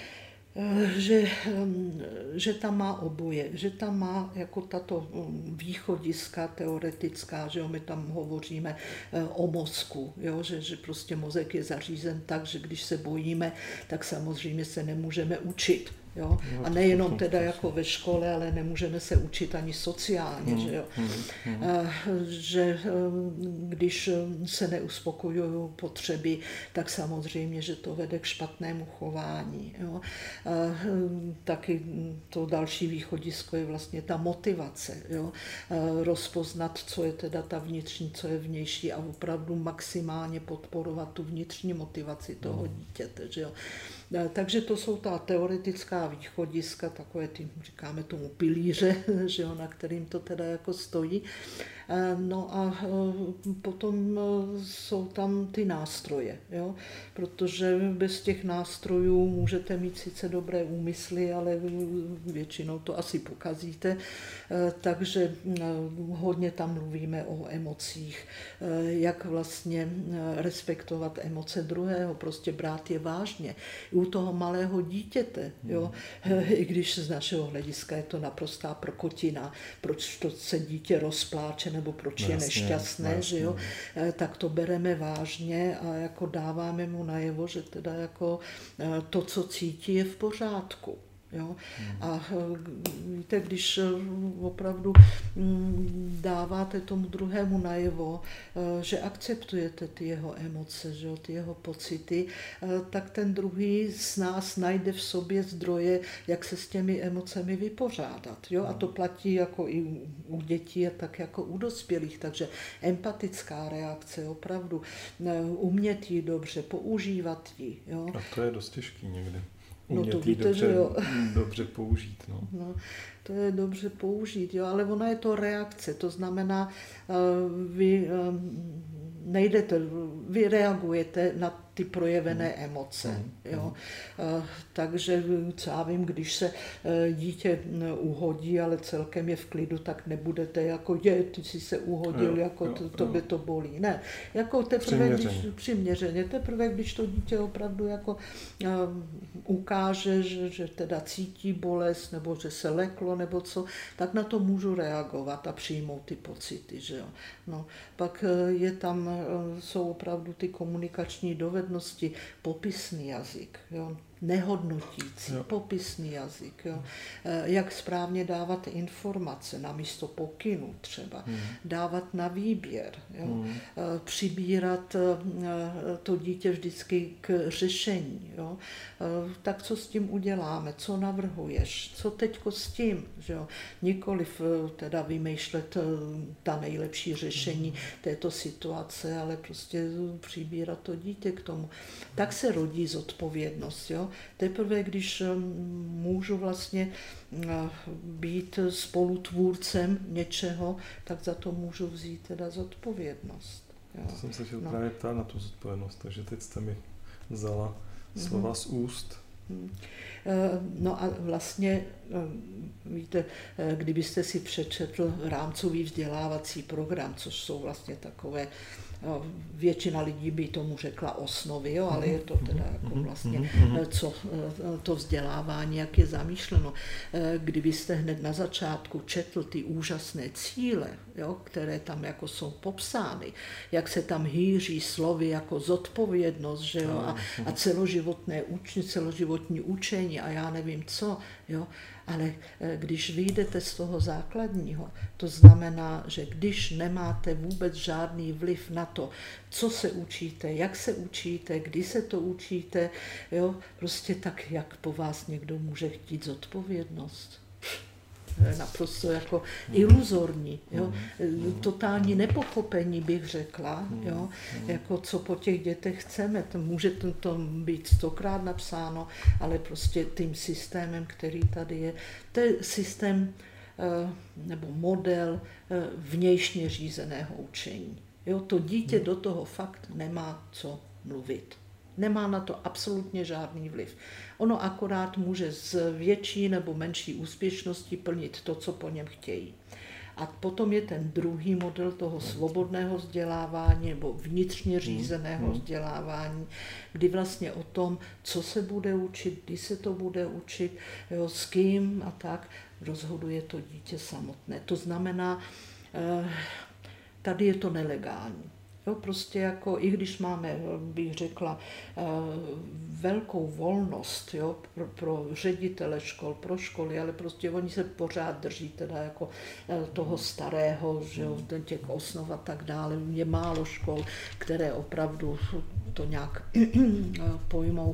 Že, že tam má oboje, že tam má jako tato východiska teoretická, že jo, my tam hovoříme o mozku, jo, že, že prostě mozek je zařízen tak, že když se bojíme, tak samozřejmě se nemůžeme učit. Jo? A nejenom teda jako ve škole, ale nemůžeme se učit ani sociálně, hmm. že jo. Hmm. Hmm. Že když se neuspokojují potřeby, tak samozřejmě, že to vede k špatnému chování. Jo? Taky to další východisko je vlastně ta motivace. Jo? Rozpoznat, co je teda ta vnitřní, co je vnější a opravdu maximálně podporovat tu vnitřní motivaci toho dítěte. Že jo? Takže to jsou ta teoretická východiska, takové ty, říkáme tomu pilíře, že jo, na kterým to teda jako stojí. No a potom jsou tam ty nástroje, jo, protože bez těch nástrojů můžete mít sice dobré úmysly, ale většinou to asi pokazíte, takže hodně tam mluvíme o emocích, jak vlastně respektovat emoce druhého, prostě brát je vážně. U toho malého dítěte, jo, i když z našeho hlediska je to naprostá prkotina, proč to se dítě rozpláče, nebo proč je nešťastné, jasně. Že jo, tak to bereme vážně a jako dáváme mu najevo, že teda jako to, co cítí, je v pořádku. Jo? A víte, když opravdu dáváte tomu druhému najevo, že akceptujete ty jeho emoce, že jo, ty jeho pocity, tak ten druhý z nás najde v sobě zdroje, jak se s těmi emocemi vypořádat. Jo? A to platí jako i u dětí a tak jako u dospělých. Takže empatická reakce, opravdu umět ji dobře, používat ji. Jo? A to je dost těžký někdy. No to víte, dobře, že jo. dobře použít. No. No, to je dobře použít, jo, ale ona je to reakce, to znamená, vy nejdete, vy reagujete na ty projevené emoce. Jo. Takže co já vím, když se dítě uhodí, ale celkem je v klidu, tak nebudete jako, je, ty jsi se uhodil, jo, jako jo, to, jo. tobě to bolí. Ne, jako teprve, když, přiměřeně, teprve, když to dítě opravdu jako um, ukáže, že, že teda cítí bolest, nebo že se leklo, nebo co, tak na to můžu reagovat a přijmout ty pocity. Že jo. No, pak je tam, jsou opravdu ty komunikační dovednosti, popisný jazyk, jo, nehodnotící, jo. popisný jazyk, jo. Jak správně dávat informace na místo pokynu třeba, hmm. dávat na výběr, jo. Hmm. Přibírat to dítě vždycky k řešení. Jo. Tak co s tím uděláme, co navrhuješ, co teďko s tím, že jo. Nikoliv teda vymýšlet ta nejlepší řešení této situace, ale prostě přibírat to dítě k tomu. Tak se rodí zodpovědnost. Jo. Teprve, když můžu vlastně být spolutvůrcem něčeho, tak za to můžu vzít teda zodpovědnost. Jo. To jsem se chtěl no. právě ptát na tu zodpovědnost, takže teď jste mi vzala slova mm-hmm. z úst. No a vlastně, víte, kdybyste si přečetl rámcový vzdělávací program, což jsou vlastně takové, většina lidí by tomu řekla osnovy, jo, ale je to teda jako vlastně, co to vzdělávání, jak je zamýšleno. Kdybyste hned na začátku četl ty úžasné cíle, jo, které tam jako jsou popsány, jak se tam hýří slovy jako zodpovědnost, že jo, a, a celoživotné učení, celoživotní učení a já nevím co, jo, ale když vyjdete z toho základního, to znamená, že když nemáte vůbec žádný vliv na to, co se učíte, jak se učíte, kdy se to učíte, jo, prostě tak, jak po vás někdo může chtít zodpovědnost. Naprosto jako iluzorní, jo? Totální nepochopení bych řekla, jo? Jako co po těch dětech chceme, to může to, to být stokrát napsáno, ale prostě tím systémem, který tady je, to je systém nebo model vnějšně řízeného učení. Jo? To dítě do toho fakt nemá co mluvit. Nemá na to absolutně žádný vliv. Ono akorát může s větší nebo menší úspěšností plnit to, co po něm chtějí. A potom je ten druhý model toho svobodného vzdělávání nebo vnitřně řízeného vzdělávání, kdy vlastně o tom, co se bude učit, kdy se to bude učit, jo, s kým a tak, rozhoduje to dítě samotné. To znamená, tady je to nelegální. Jo, prostě jako, i když máme, bych řekla, velkou volnost, jo, pro, pro ředitele škol, pro školy, ale prostě oni se pořád drží teda jako toho starého, že jo, těch osnov a tak dále. Je málo škol, které opravdu to nějak pojmou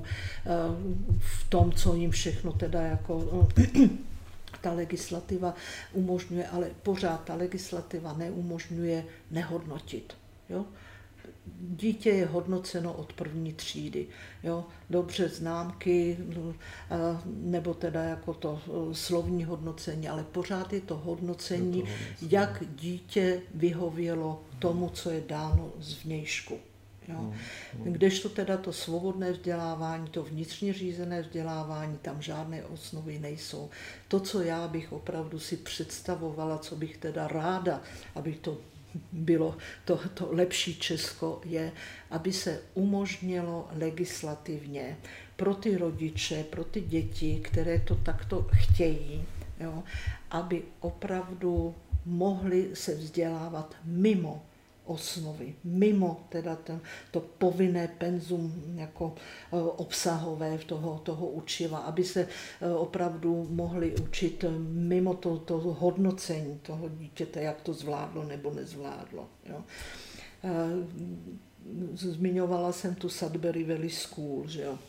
v tom, co jim všechno teda jako ta legislativa umožňuje, ale pořád ta legislativa neumožňuje nehodnotit. Jo? Dítě je hodnoceno od první třídy. Jo? Dobře známky, nebo teda jako to slovní hodnocení, ale pořád je to hodnocení, to hodnocení. Jak dítě vyhovělo tomu, co je dáno zvnějšku. Jo. Kdežto teda to svobodné vzdělávání, to vnitřně řízené vzdělávání, tam žádné osnovy nejsou. To, co já bych opravdu si představovala, co bych teda ráda, aby to bylo to, to lepší Česko, je, aby se umožnilo legislativně pro ty rodiče, pro ty děti, které to takto chtějí, jo, aby opravdu mohli se vzdělávat mimo osnovy, mimo teda ten, to povinné penzum jako obsahové toho, toho učiva, aby se opravdu mohli učit mimo to, to hodnocení toho dítěte, jak to zvládlo nebo nezvládlo. Jo. Zmiňovala jsem tu Sudbury Valley School, že jo.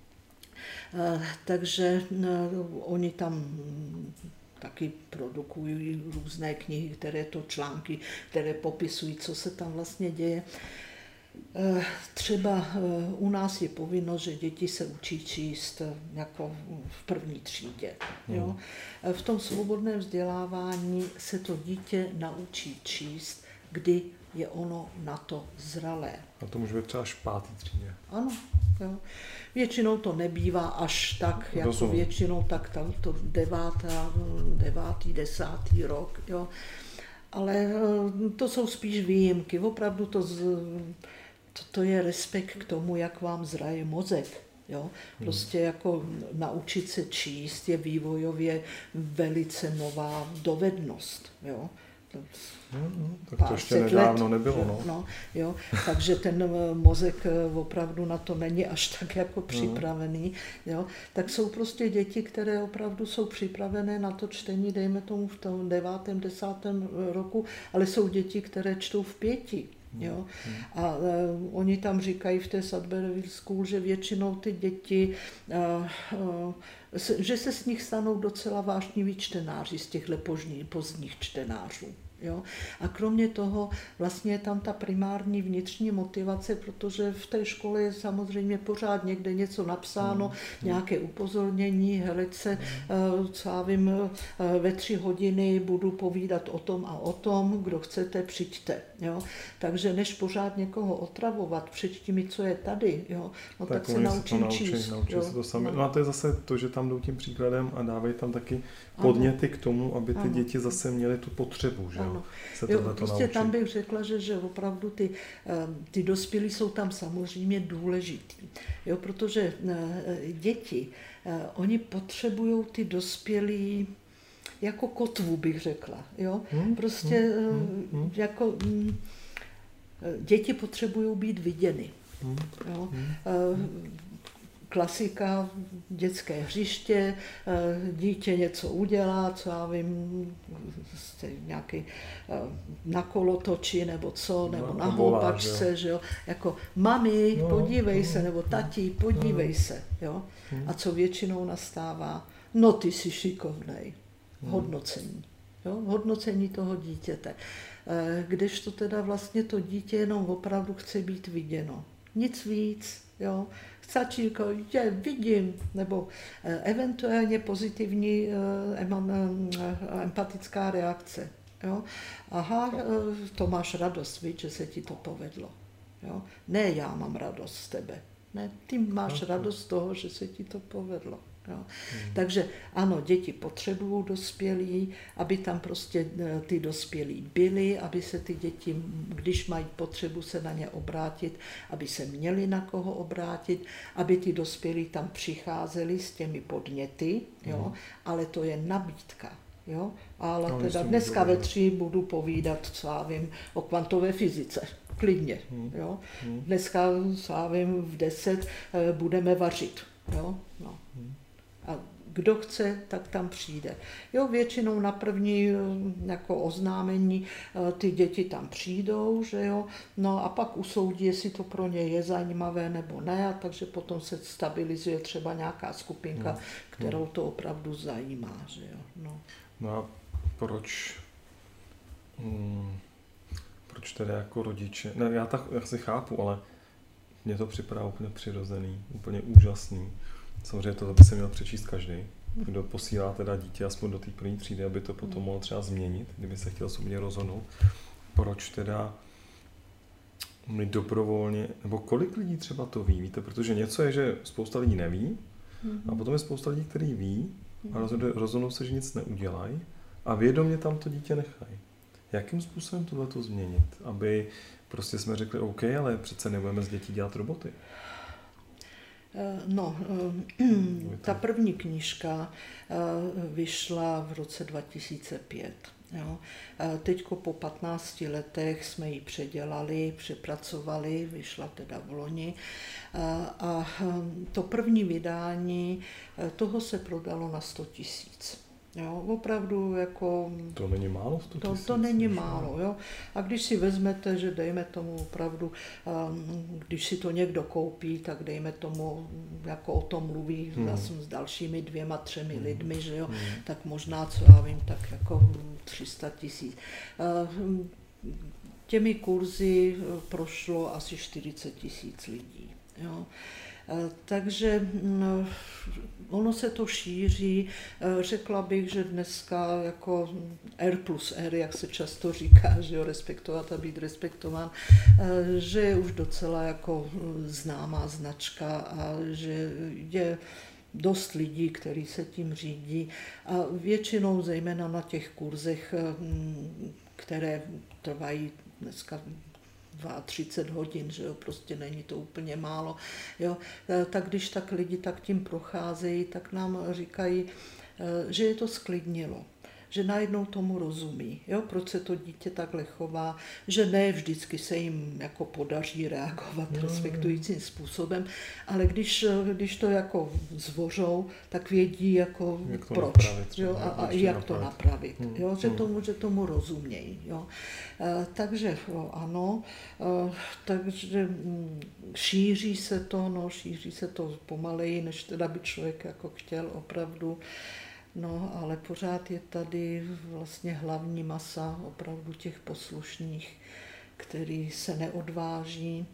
Takže oni tam taky produkují různé knihy, které to články, které popisují, co se tam vlastně děje. Třeba u nás je povinnost, že děti se učí číst jako v první třídě. Jo? V tom svobodném vzdělávání se to dítě naučí číst, kdy je ono na to zralé. A to může být třeba až v pátý třídě. Ano, jo. Většinou to nebývá až tak, jako Rozumím. většinou tak tam to devátá, devátý, desátý rok, jo. Ale to jsou spíš výjimky. Opravdu to, z, to, to je respekt k tomu, jak vám zraje mozek. Jo? Prostě jako naučit se číst je vývojově velice nová dovednost. Jo? No, no, tak to ještě nedávno nebylo. No. No, jo, takže ten mozek opravdu na to není až tak jako připravený. Jo. Tak jsou prostě děti, které opravdu jsou připravené na to čtení, dejme tomu v tom devátém, desátém roku, ale jsou děti, které čtou v pěti. Jo. A uh, oni tam říkají v té Sudbury School, že většinou ty děti, uh, uh, že se z nich stanou docela vášniví čtenáři, z těchto pozdních čtenářů. Jo? A kromě toho vlastně je tam ta primární vnitřní motivace, protože v té škole je samozřejmě pořád někde něco napsáno, mm. nějaké upozornění, helece, mm. co já vím, ve tři hodiny budu povídat o tom a o tom, kdo chcete, přijďte. Jo? Takže než pořád někoho otravovat, přečti mi, co je tady, jo? No, tak, tak se naučím naučí, číst. Naučí se to sami. No. no a to je zase to, že tam jdou tím příkladem a dávají tam taky podněty k tomu, aby ty ano. děti zase měly tu potřebu, že jo, se jo, prostě naučit. Tam bych řekla, že, že opravdu ty, ty dospělí jsou tam samozřejmě důležitý, jo, protože děti, oni potřebují ty dospělí jako kotvu, bych řekla, jo, hmm, prostě hmm, hmm, jako děti potřebují být viděny, hmm, jo. Hmm. Klasika, dětské hřiště, dítě něco udělá, co já vím, nějaký na kolotoči nebo co, nebo no, na houpačce, že jo, jako mami, no, podívej no, se, nebo tati, podívej no, se, jo. A co většinou nastává? No ty jsi šikovnej. Hodnocení, jo, hodnocení toho dítěte. Kdežto teda vlastně to dítě jenom opravdu chce být viděno. Nic víc, jo. Stačí, že vidím, nebo eventuálně pozitivní empatická reakce. Jo? Aha, to máš radost, víš, že se ti to povedlo. Jo? Ne, já mám radost z tebe. Ne, ty máš radost z toho, že se ti to povedlo. Jo. Hmm. Takže ano, děti potřebují dospělí, aby tam prostě ty dospělí byli, aby se ty děti, když mají potřebu se na ně obrátit, aby se měli na koho obrátit, aby ty dospělí tam přicházeli s těmi podněty, jo, hmm. ale to je nabídka. Jo? Ale no, teda dneska ve tři budu povídat, co já vím, o kvantové fyzice. Klidně. Hmm. Jo? Hmm. Dneska, co já vím, v deset budeme vařit. Jo? No. Hmm. A kdo chce, tak tam přijde. Jo, většinou na první jako oznámení ty děti tam přijdou, že jo, no a pak usoudí, jestli to pro ně je zajímavé nebo ne, a takže potom se stabilizuje třeba nějaká skupinka, no. kterou to opravdu zajímá, že jo. No, no a proč, hmm, proč tedy jako rodiče, ne, já tak já si chápu, ale mně to připadá úplně přirozený, úplně úžasný. Samozřejmě to by se měl přečíst každý, kdo posílá teda dítě aspoň do té první třídy, aby to potom mohl třeba změnit, kdyby se chtěl sobě rozhodnout. Proč teda my dobrovolně, nebo kolik lidí třeba to ví, víte, protože něco je, že spousta lidí neví, a potom je spousta lidí, kteří ví a rozhodnou se, že nic neudělají a vědomě tam to dítě nechají. Jakým způsobem tohleto změnit, aby prostě jsme řekli OK, ale přece nebudeme z dětí dělat roboty? No, ta první knížka vyšla v roce dva tisíce pět. Jo. Teďko po patnácti letech jsme ji předělali, přepracovali, vyšla teda v loni. A to první vydání, toho se prodalo na sto tisíc. Jo, opravdu jako... To není málo? To, to není málo, jo. A když si vezmete, že dejme tomu opravdu, um, když si to někdo koupí, tak dejme tomu, jako o tom mluví hmm. zase s dalšími dvěma, třemi hmm. lidmi, že jo, hmm. tak možná, co já vím, tak jako tři sta tisíc. Uh, těmi kurzy prošlo asi čtyřicet tisíc lidí. Jo. Takže ono se to šíří. Řekla bych, že dneska jako R plus R, jak se často říká, že jo, respektovat a být respektován, že je už docela jako známá značka a že je dost lidí, kteří se tím řídí a většinou zejména na těch kurzech, které trvají dneska třicet dva hodin, že jo, prostě není to úplně málo, jo, tak když tak lidi tak tím procházejí, tak nám říkají, že je to sklidnilo, že najednou tomu rozumí, jo, proč se to dítě takhle chová, že ne vždycky se jim jako podaří reagovat no, respektujícím způsobem, ale když, když to jako zvořou, tak vědí jako jak to proč, napravit, jo, a, a jak napravit. to napravit, hmm. jo, že, tomu, že tomu rozumějí, jo. E, takže jo, ano, e, takže m, šíří se to, no, šíří se to pomaleji, než teda by člověk jako chtěl opravdu. No, ale pořád je tady vlastně hlavní masa opravdu těch poslušných, který se neodváží.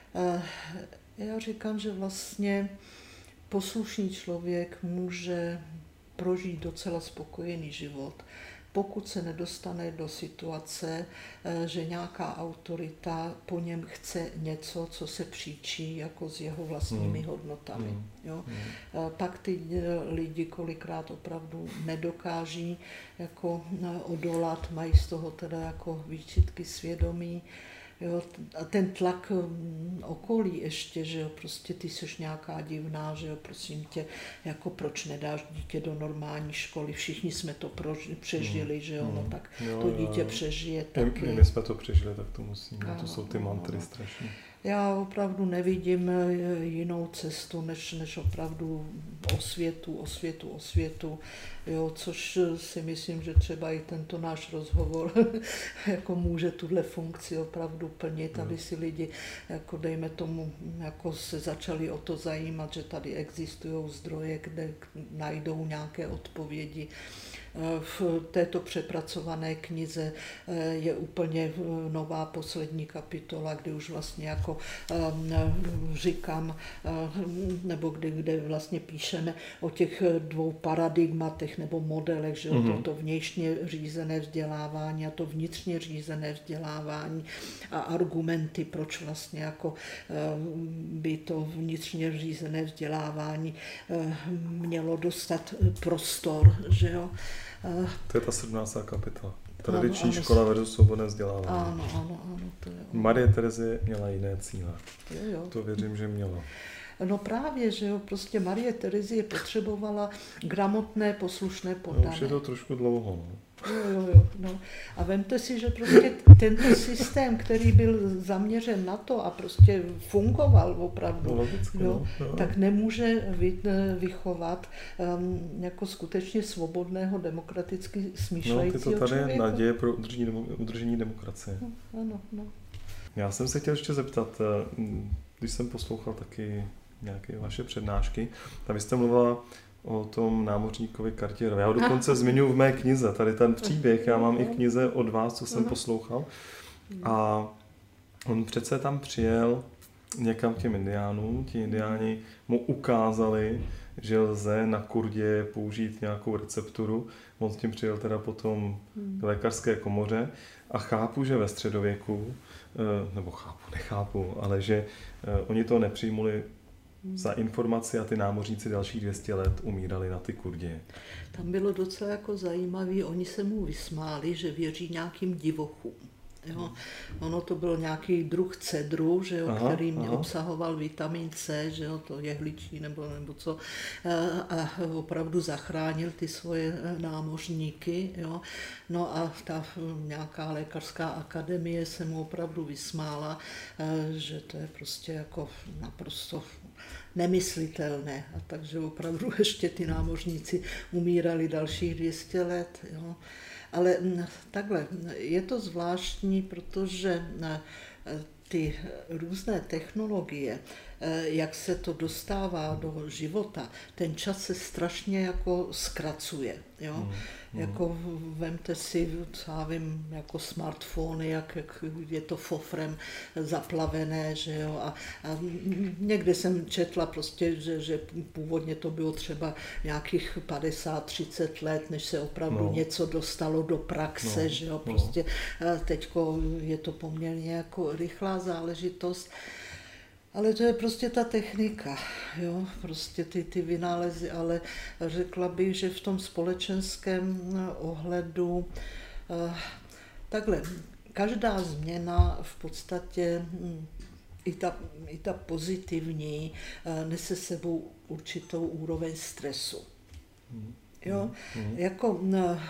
Já říkám, že vlastně poslušný člověk může prožít docela spokojený život, pokud se nedostane do situace, že nějaká autorita po něm chce něco, co se příčí jako s jeho vlastními hmm. hodnotami. Hmm. Jo? Hmm. Pak ty lidi kolikrát opravdu nedokáží jako odolat, mají z toho teda jako výčitky svědomí. Jo, a ten tlak okolí ještě, že jo, prostě ty seš nějaká divná, že jo, prosím tě, jako proč nedáš dítě do normální školy, všichni jsme to proži, přežili, že jo, no tak jo, to dítě jo. přežije taky. My, my jsme to přežili, tak to musíme, ano, to jsou ty mantry strašně. Já opravdu nevidím jinou cestu, než, než opravdu osvětu, osvětu, osvětu, jo, což si myslím, že třeba i tento náš rozhovor jako může tuhle funkci opravdu plnit, aby si lidi, jako dejme tomu, jako se začali o to zajímat, že tady existují zdroje, kde najdou nějaké odpovědi. V této přepracované knize je úplně nová poslední kapitola, kde už vlastně jako říkám, nebo kde, kde vlastně píšeme o těch dvou paradigmatech nebo modelech, že mm-hmm. to, to vnějšně řízené vzdělávání a to vnitřně řízené vzdělávání a argumenty, proč vlastně jako by to vnitřně řízené vzdělávání mělo dostat prostor, že jo. To je ta sedmnáctá kapitola. Tradiční ano, škola versus svobodné vzdělávání. Ano, ano, ano. To je ono. Marie Terezie měla jiné cíle. Jo, jo. To věřím, že měla. No právě, že jo, prostě Marie Terezie potřebovala gramotné, poslušné poddané. No, už je to trošku dlouho, no. Jo, jo, jo, no. A vemte si, že prostě tento systém, který byl zaměřen na to a prostě fungoval opravdu, no, logicky, jo, no, no. tak nemůže vy, vychovat um, jako skutečně svobodného, demokraticky smýšlejícího člověka. No, ty to tady je naděje pro udržení, demo, udržení demokracie. No, ano, no. Já jsem se chtěl ještě zeptat, když jsem poslouchal taky nějaké vaše přednášky, tak vy jste mluvila o tom námořníkovi Cartierovi. Já ho dokonce zmiňuji v mé knize, tady ten příběh, já mám i v knize od vás, co jsem poslouchal. A on přece tam přijel někam k těm indiánům, ti indiáni mu ukázali, že lze na Kurdě použít nějakou recepturu. On s tím přijel teda potom k lékařské komoře a chápu, že ve středověku, nebo chápu, nechápu, ale že oni to nepřijmuli za informaci a ty námořníci dalších dvě stě let umírali na ty Kurdě. Tam bylo docela jako zajímavé, oni se mu vysmáli, že věří nějakým divochům. Jo. Ono to byl nějaký druh cedru, že jo, aha, který aha. obsahoval vitamin C, že jo, to jehličí nebo, nebo co, a opravdu zachránil ty svoje námořníky. Jo. No a ta nějaká lékařská akademie se mu opravdu vysmála, že to je prostě jako naprosto nemyslitelné. A takže opravdu ještě ty námořníci umírali dalších dvě stě let. Jo. Ale takhle, je to zvláštní, protože ty různé technologie jak se to dostává do života, ten čas se strašně jako zkracuje. Jo? Mm, mm. Jako vemte si, já vím, jako smartfony, jak, jak je to fofrem zaplavené, že jo, a, a někde jsem četla prostě, že, že původně to bylo třeba nějakých padesát třicet let, než se opravdu no. něco dostalo do praxe, no. že jo, prostě no. teďko je to poměrně jako rychlá záležitost. Ale to je prostě ta technika, jo, prostě ty, ty vynálezy, ale řekla bych, že v tom společenském ohledu takhle, každá změna v podstatě i ta, i ta pozitivní nese sebou určitou úroveň stresu. Jo, jako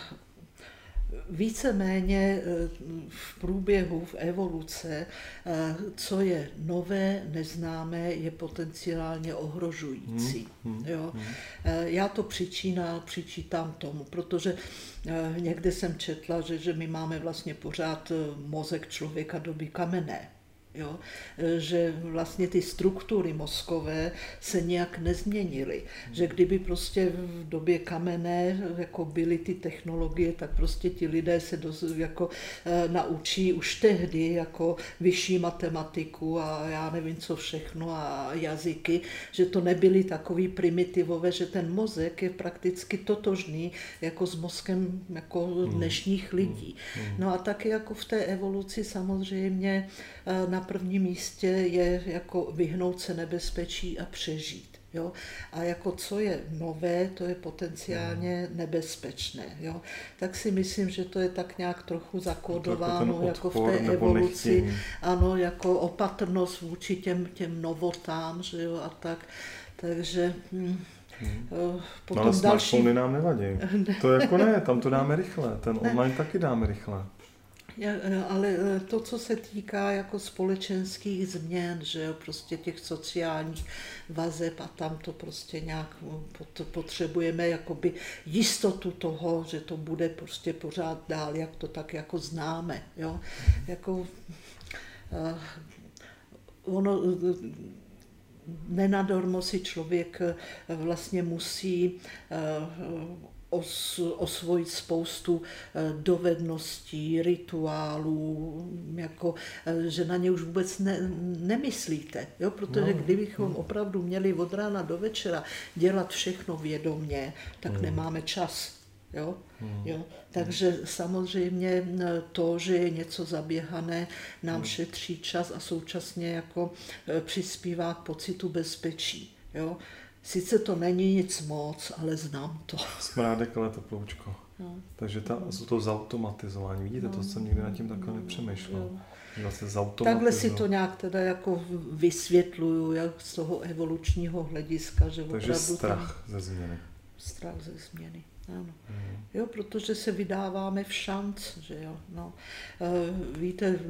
víceméně v průběhu, v evoluce, co je nové, neznámé, je potenciálně ohrožující. Jo? Já to přičínám, přičítám tomu, protože někde jsem četla, že, že my máme vlastně pořád mozek člověka doby kamenné. Jo? Že vlastně ty struktury mozkové se nějak nezměnily. Hmm. Že kdyby prostě v době kamenné jako byly ty technologie, tak prostě ti lidé se dost, jako, e, naučí už tehdy jako vyšší matematiku a já nevím co všechno a jazyky, že to nebyly takový primitivové, že ten mozek je prakticky totožný jako s mozkem jako hmm. dnešních lidí. Hmm. No a taky jako v té evoluci samozřejmě e, na prvním místě je jako vyhnout se nebezpečí a přežít. Jo? A jako co je nové, to je potenciálně nebezpečné. Jo? Tak si myslím, že to je tak nějak trochu zakódováno jako v té evoluci. Ano, jako opatrnost vůči těm, těm novotám, že jo, a tak. Takže... Hm. Hmm. Potom no ale smartphony další... nám nevadí. Ne. To jako ne, tam to dáme rychle. Ten ne. Online taky dáme rychle. Ale to, co se týká jako společenských změn, že jo, prostě těch sociálních vazeb a tam to prostě nějak potřebujeme jakoby jistotu toho, že to bude prostě pořád dál, jak to tak jako známe, jo. Jako uh, ono nenadarmo si člověk vlastně musí uh, Os, osvojit spoustu dovedností, rituálů, jako, že na ně už vůbec ne, nemyslíte. Jo? Protože no, kdybychom no. opravdu měli od rána do večera dělat všechno vědomě, tak no. nemáme čas. Jo? No. Jo? Takže no. samozřejmě to, že je něco zaběhané, nám no. šetří čas a současně jako přispívá k pocitu bezpečí. Jo? Sice to není nic moc, ale znám to. Smrádek, ale teploučko. No. Takže ta, no. to zautomatizování, vidíte, no. to jsem nikdy nad tím takhle no. nepřemýšlel. Vlastně takhle si to nějak teda jako vysvětluju, jak z toho evolučního hlediska. Že takže strach tam, ze změny. Strach ze změny, ano. Mm. Jo, protože se vydáváme v šanc, že jo. No. Víte,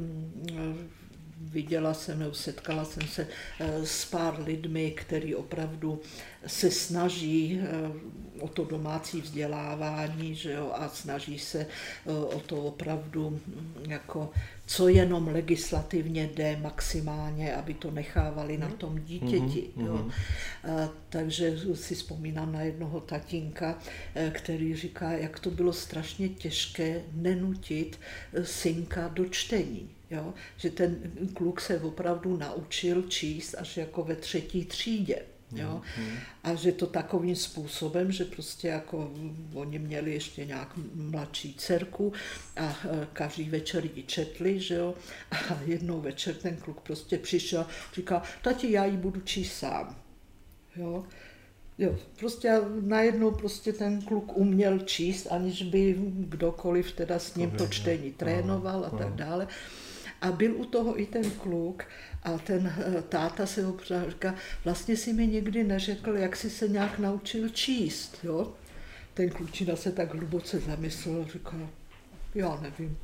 viděla jsem, nebo setkala jsem se s pár lidmi, kteří opravdu se snaží o to domácí vzdělávání, že jo, a snaží se o to opravdu, jako, co jenom legislativně jde maximálně, aby to nechávali na tom dítěti. Mm-hmm. Jo. A, takže si vzpomínám na jednoho tatínka, který říká, jak to bylo strašně těžké nenutit synka do čtení. Jo? Že ten kluk se opravdu naučil číst až jako ve třetí třídě. Jo? Mm. A že to takovým způsobem, že prostě jako oni měli ještě nějak mladší dcerku a každý večer ji četli, že jo? A jednou večer ten kluk prostě přišel, říká, tati, já ji budu číst sám. Jo? Jo, prostě najednou prostě ten kluk uměl číst, aniž by kdokoliv teda s ním to čtení trénoval a tak dále. A byl u toho i ten kluk a ten táta se ho říká, vlastně si mi nikdy neřekl, jak jsi se nějak naučil číst, jo. Ten klučina se tak hluboce zamyslel a říká, já nevím.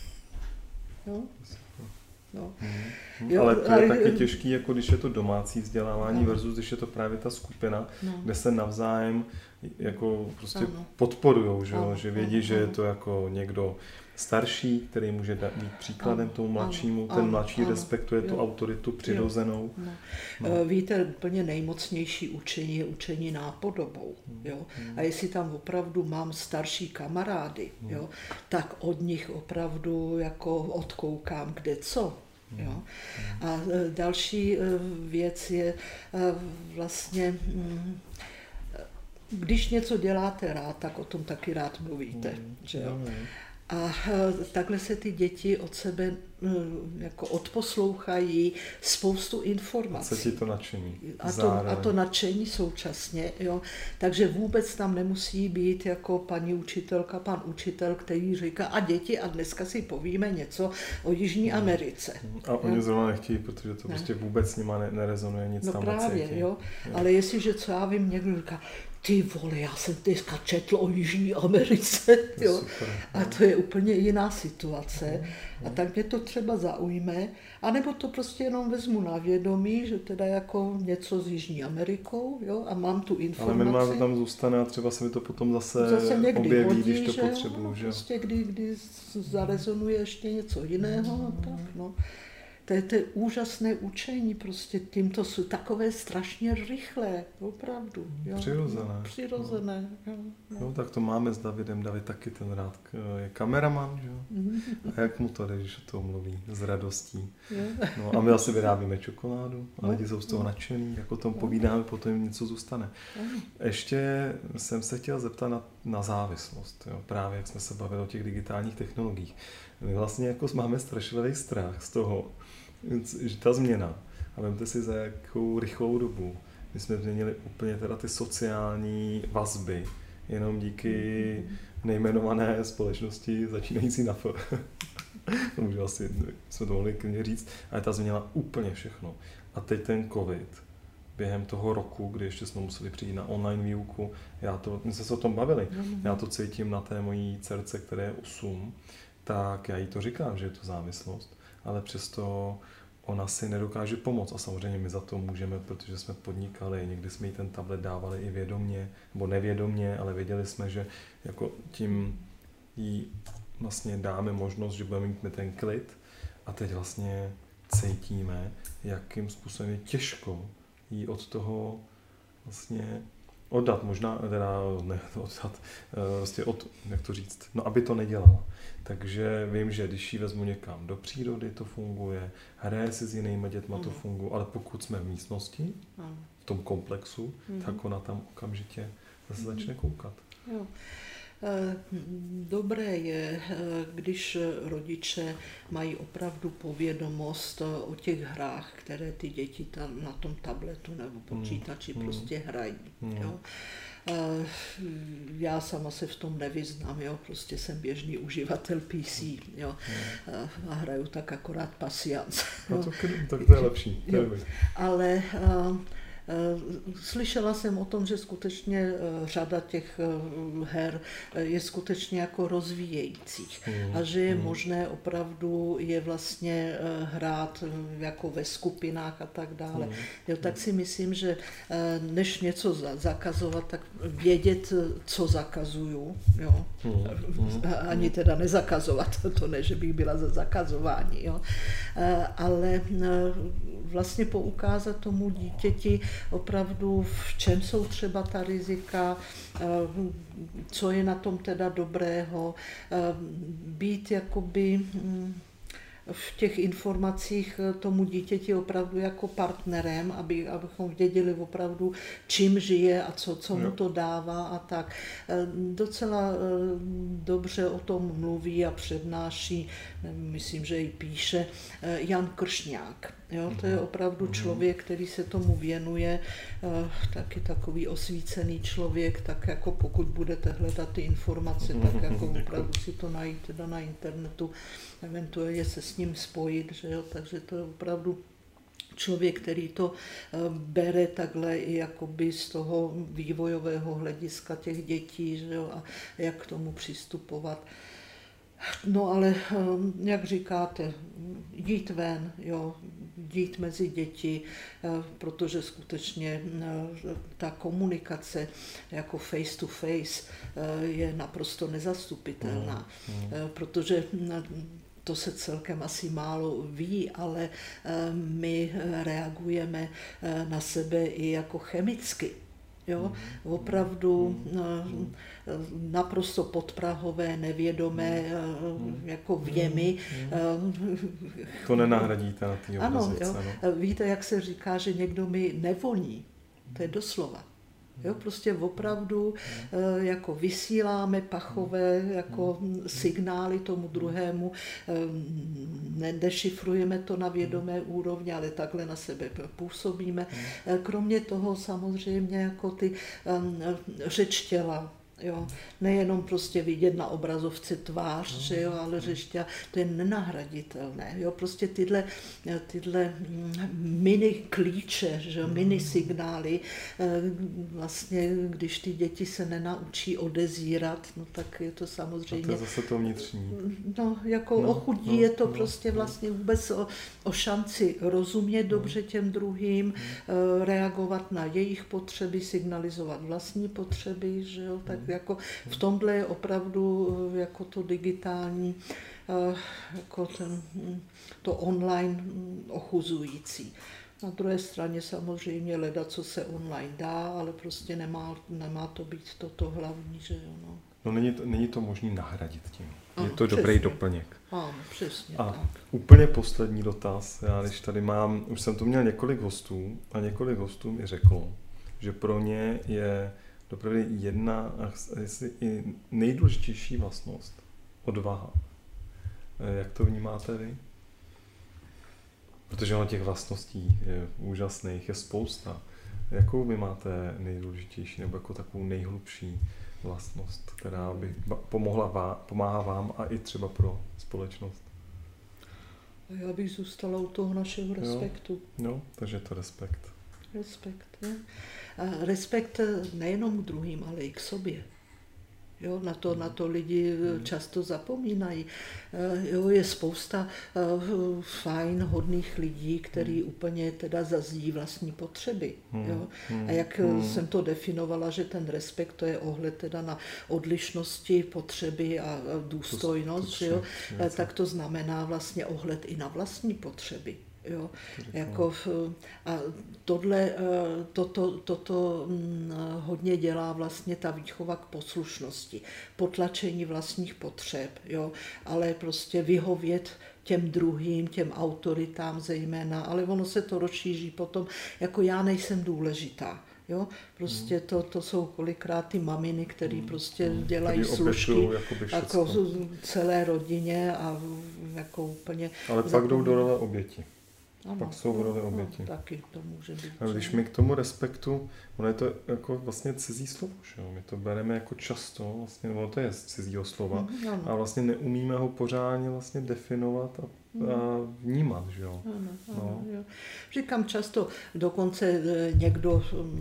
Jo? No. Hmm. Jo, ale to je ale, taky těžký, jako když je to domácí vzdělávání no. versus když je to právě ta skupina, no. kde se navzájem jako prostě ano. podporujou, že, Ano, že vědí, ano, že je ano. to jako někdo starší, který může být příkladem Ano, tomu mladšímu, ano, ten ano, mladší ano, respektuje jo. tu autoritu přirozenou. No. No. Víte, úplně nejmocnější učení je učení nápodobou. Jo? A jestli tam opravdu mám starší kamarády, jo, tak od nich opravdu jako odkoukám kde co. Jo? A další věc je vlastně, když něco děláte rád, tak o tom taky rád mluvíte. Že jo? A takhle se ty děti od sebe jako odposlouchají spoustu informací. A se ti to nadšení. A to, a to nadšení současně. Jo. Takže vůbec tam nemusí být jako paní učitelka, pan učitel, který říká, a děti, a dneska si povíme něco o Jižní Americe. A oni zrovna nechtějí, protože to ne. prostě vůbec s nima nerezonuje, nic no tam právě, necítí. Jo. Jo. Ale jestliže, co já vím, někdo říká, ty vole, já jsem dneska četl o Jižní Americe, jo. A to je úplně jiná situace. A tak mě to třeba zaujme, anebo to prostě jenom vezmu na vědomí, že teda jako něco s Jižní Amerikou, jo, a mám tu informaci. Ale minimálně to tam zůstane a třeba se mi to potom zase, zase někdy objeví, hodí, když to že potřebuju. Jo, že? prostě kdy, kdy zarezonuje ještě něco jiného, no tak no. To je, to je úžasné učení, prostě tímto jsou takové strašně rychlé, opravdu. Jo. Přirozené. Přirozené, no. jo. No. No, tak to máme s Davidem, David taky ten rád je kameraman, že jo. A jak mu to jde, když to mluví s radostí. Jo. No a my asi vyrábíme čokoládu a lidi jsou z toho nadšený, jak o tom povídáme, potom jim něco zůstane. Ještě jsem se chtěl zeptat na, na závislost, jo. Právě jak jsme se bavili o těch digitálních technologiích. My vlastně jako máme strašlivý strach z toho, že ta změna, a vemte si za jakou rychlou dobu, my jsme změnili úplně teda ty sociální vazby, jenom díky nejmenované společnosti začínající na F. To můžu asi, jsme to mohli klidně říct, ale ta změnila úplně všechno. A teď ten covid, během toho roku, kdy ještě jsme museli přijít na online výuku, já to, my jsme se o tom bavili, já to cítím na té mojí dcerce, které je osm, tak já jí to říkám, že je to závislost, ale přesto ona si nedokáže pomoct a samozřejmě my za to můžeme, protože jsme podnikali, někdy jsme jí ten tablet dávali i vědomně, nebo nevědomně, ale věděli jsme, že jako tím jí vlastně dáme možnost, že budeme mít ten klid a teď vlastně cítíme, jakým způsobem je těžko jí od toho vlastně oddat, možná teda ne oddat, vlastně od, jak to říct, no aby to nedělala. Takže vím, že když ji vezmu někam do přírody, to funguje, hraje si s jinými dětma, to funguje, ale pokud jsme v místnosti, v tom komplexu, mm. tak ona tam okamžitě zase mm. začne koukat. Jo. Dobré je, když rodiče mají opravdu povědomost o těch hrách, které ty děti tam na tom tabletu nebo počítači mm. prostě hrají. Mm. Jo. Já sama se v tom nevyznám, jo, prostě jsem běžný uživatel P C, jo, a hraju tak akorát pasians. No to, tak to je lepší. To je ale slyšela jsem o tom, že skutečně řada těch her je skutečně jako rozvíjejících a že je možné opravdu je vlastně hrát jako ve skupinách a tak dále. Jo, tak si myslím, že než něco zakazovat, tak vědět, co zakazuju, jo. Ani teda nezakazovat, to ne, že bych byla za zakazování, jo. Ale vlastně poukázat tomu dítěti opravdu, v čem jsou třeba ta rizika, co je na tom teda dobrého, být jakoby v těch informacích tomu dítěti opravdu jako partnerem, aby, abychom věděli opravdu, čím žije a co, co mu to dává a tak. Docela dobře o tom mluví a přednáší, myslím, že i píše, Jan Kršňák. Jo, to je opravdu člověk, který se tomu věnuje, taky takový osvícený člověk, tak jako pokud budete hledat ty informace, tak jako opravdu si to najít teda na internetu, eventuálně se s ním spojit, že jo, takže to je opravdu člověk, který to bere takhle i jakoby z toho vývojového hlediska těch dětí, že jo, a jak k tomu přistupovat. No ale, jak říkáte, jít ven, jo, jít mezi děti, protože skutečně ta komunikace jako face to face je naprosto nezastupitelná, mm. protože to se celkem asi málo ví, ale my reagujeme na sebe i jako chemicky. Jo, opravdu naprosto podprahové, nevědomé jako vjemy. To nenahradíte na té obrazovce. Ano, jo. Víte, jak se říká, že někdo mi nevoní. To je doslova. Jo, prostě opravdu jako vysíláme pachové jako signály tomu druhému, nedešifrujeme to na vědomé úrovni, ale takhle na sebe působíme. Kromě toho samozřejmě jako ty řeč těla. Jo, nejenom prostě vidět na obrazovce tvář, že jo, ale řešťa, to je nenahraditelné. Jo, prostě tyhle, tyhle mini klíče, že, mini signály, vlastně, když ty děti se nenaučí odezírat, no tak je to samozřejmě... A to je zase to vnitřní. No, jako no, ochudí no, je to no, prostě no. vlastně vůbec o, o šanci rozumět no. dobře těm druhým, no. reagovat na jejich potřeby, signalizovat vlastní potřeby, že jo, tak jako v tomhle je opravdu jako to digitální, jako ten, to online ochuzující. Na druhé straně samozřejmě leda, co se online dá, ale prostě nemá, nemá to být toto hlavní, že jo. No, no není, to, není to možné nahradit tím. Ano, je to přesně. dobrý doplněk. Ano, přesně A tak. úplně poslední dotaz. Já když tady mám, už jsem tu měl několik hostů a několik hostů mi řeklo, že pro ně je opravdu jedna jestli i nejdůležitější vlastnost odvaha. Jak to vnímáte vy? Protože ono těch vlastností je úžasných, je spousta. Jakou vy máte nejdůležitější nebo jako takovou nejhlubší vlastnost, která by pomohla vám, pomáhá vám a i třeba pro společnost? Já bych zůstala u toho našeho respektu. No, takže to respekt. Respekt, ne? A respekt nejenom k druhým, ale i k sobě. Jo, na to, na to lidi často zapomínají. Jo, je spousta fajn, hodných lidí, kteří úplně teda zazdí vlastní potřeby. Jo. A jak jsem to definovala, že ten respekt to je ohled teda na odlišnosti, potřeby a důstojnost, že jo, tak to znamená vlastně ohled i na vlastní potřeby. Jo, jako v, a tohle, toto, toto hodně dělá vlastně ta výchova k poslušnosti, potlačení vlastních potřeb, jo, ale prostě vyhovět těm druhým, těm autoritám zejména, ale ono se to rozšíří potom, jako já nejsem důležitá. Jo, prostě to, to jsou kolikrát ty maminy, které prostě dělají služky jako celé rodině a jako úplně... Ale pak jdou do role oběti. Ano, pak jsou v roli oběti. No, taky to může být. A když my k tomu respektu, ono je to jako vlastně cizí slovo, že jo? My to bereme jako často, vlastně, ono to je z cizího slova, mm, a vlastně neumíme ho pořádně vlastně definovat a, mm. a vnímat, že jo? Ano, ano, no. Jo. Říkám často, dokonce někdo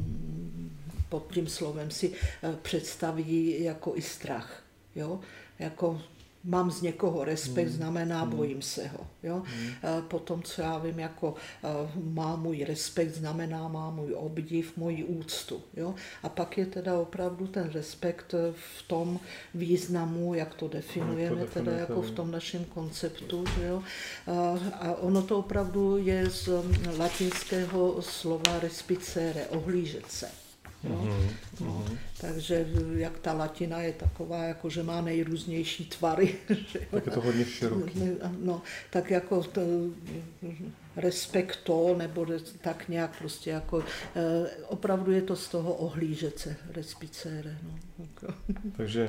pod tím slovem si představí jako i strach, jo? Jako mám z někoho respekt, hmm. znamená hmm. bojím se ho. Jo? Hmm. Potom, co já vím, jako má můj respekt, znamená má můj obdiv, můj úctu. Jo? A pak je teda opravdu ten respekt v tom významu, jak to definujeme, to teda jako v tom našem konceptu. Jo? A ono to opravdu je z latinského slova respicere, ohlížet se. No, no, takže jak ta latina je taková, jako že má nejrůznější tvary. Tak je to hodně široký. No, tak jako to, respekto, nebo tak nějak prostě jako, opravdu je to z toho ohlížet se, respicere. No, jako. Takže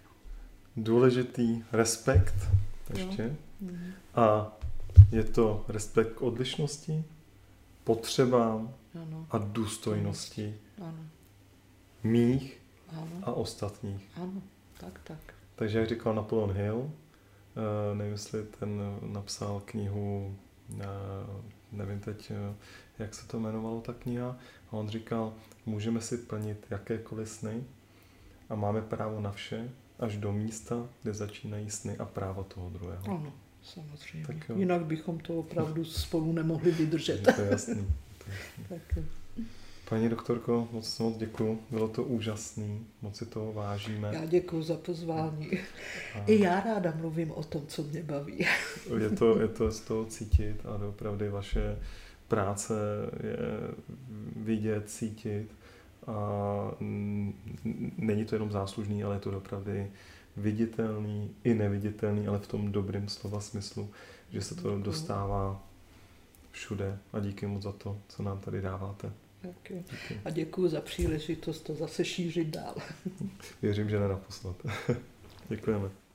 důležitý respekt ještě. No. A je to respekt k odlišnosti, potřebám ano. a důstojnosti. Ano. Mých ano. a ostatních. Ano, tak, tak. Takže jak říkal Napoleon Hill, nevím, jestli ten napsal knihu, nevím teď, jak se to jmenovalo ta kniha, a on říkal, můžeme si plnit jakékoliv sny a máme právo na vše, až do místa, kde začínají sny a práva toho druhého. Ano, samozřejmě. Tak jo. Jinak bychom to opravdu spolu nemohli vydržet. To je jasný. To je jasný. Tak. Paní doktorko, moc moc děkuju, bylo to úžasný, moc si toho vážíme. Já děkuju za pozvání. A I já ráda mluvím o tom, co mě baví. je to, je to z toho cítit a opravdu vaše práce je vidět, cítit a není to jenom záslužný, ale je to opravdu viditelný i neviditelný, ale v tom dobrém slova smyslu, že se to dostává všude a díky moc za to, co nám tady dáváte. Tak jo. A děkuji za příležitost to zase šířit dál. Věřím, že ne naposled. Děkujeme.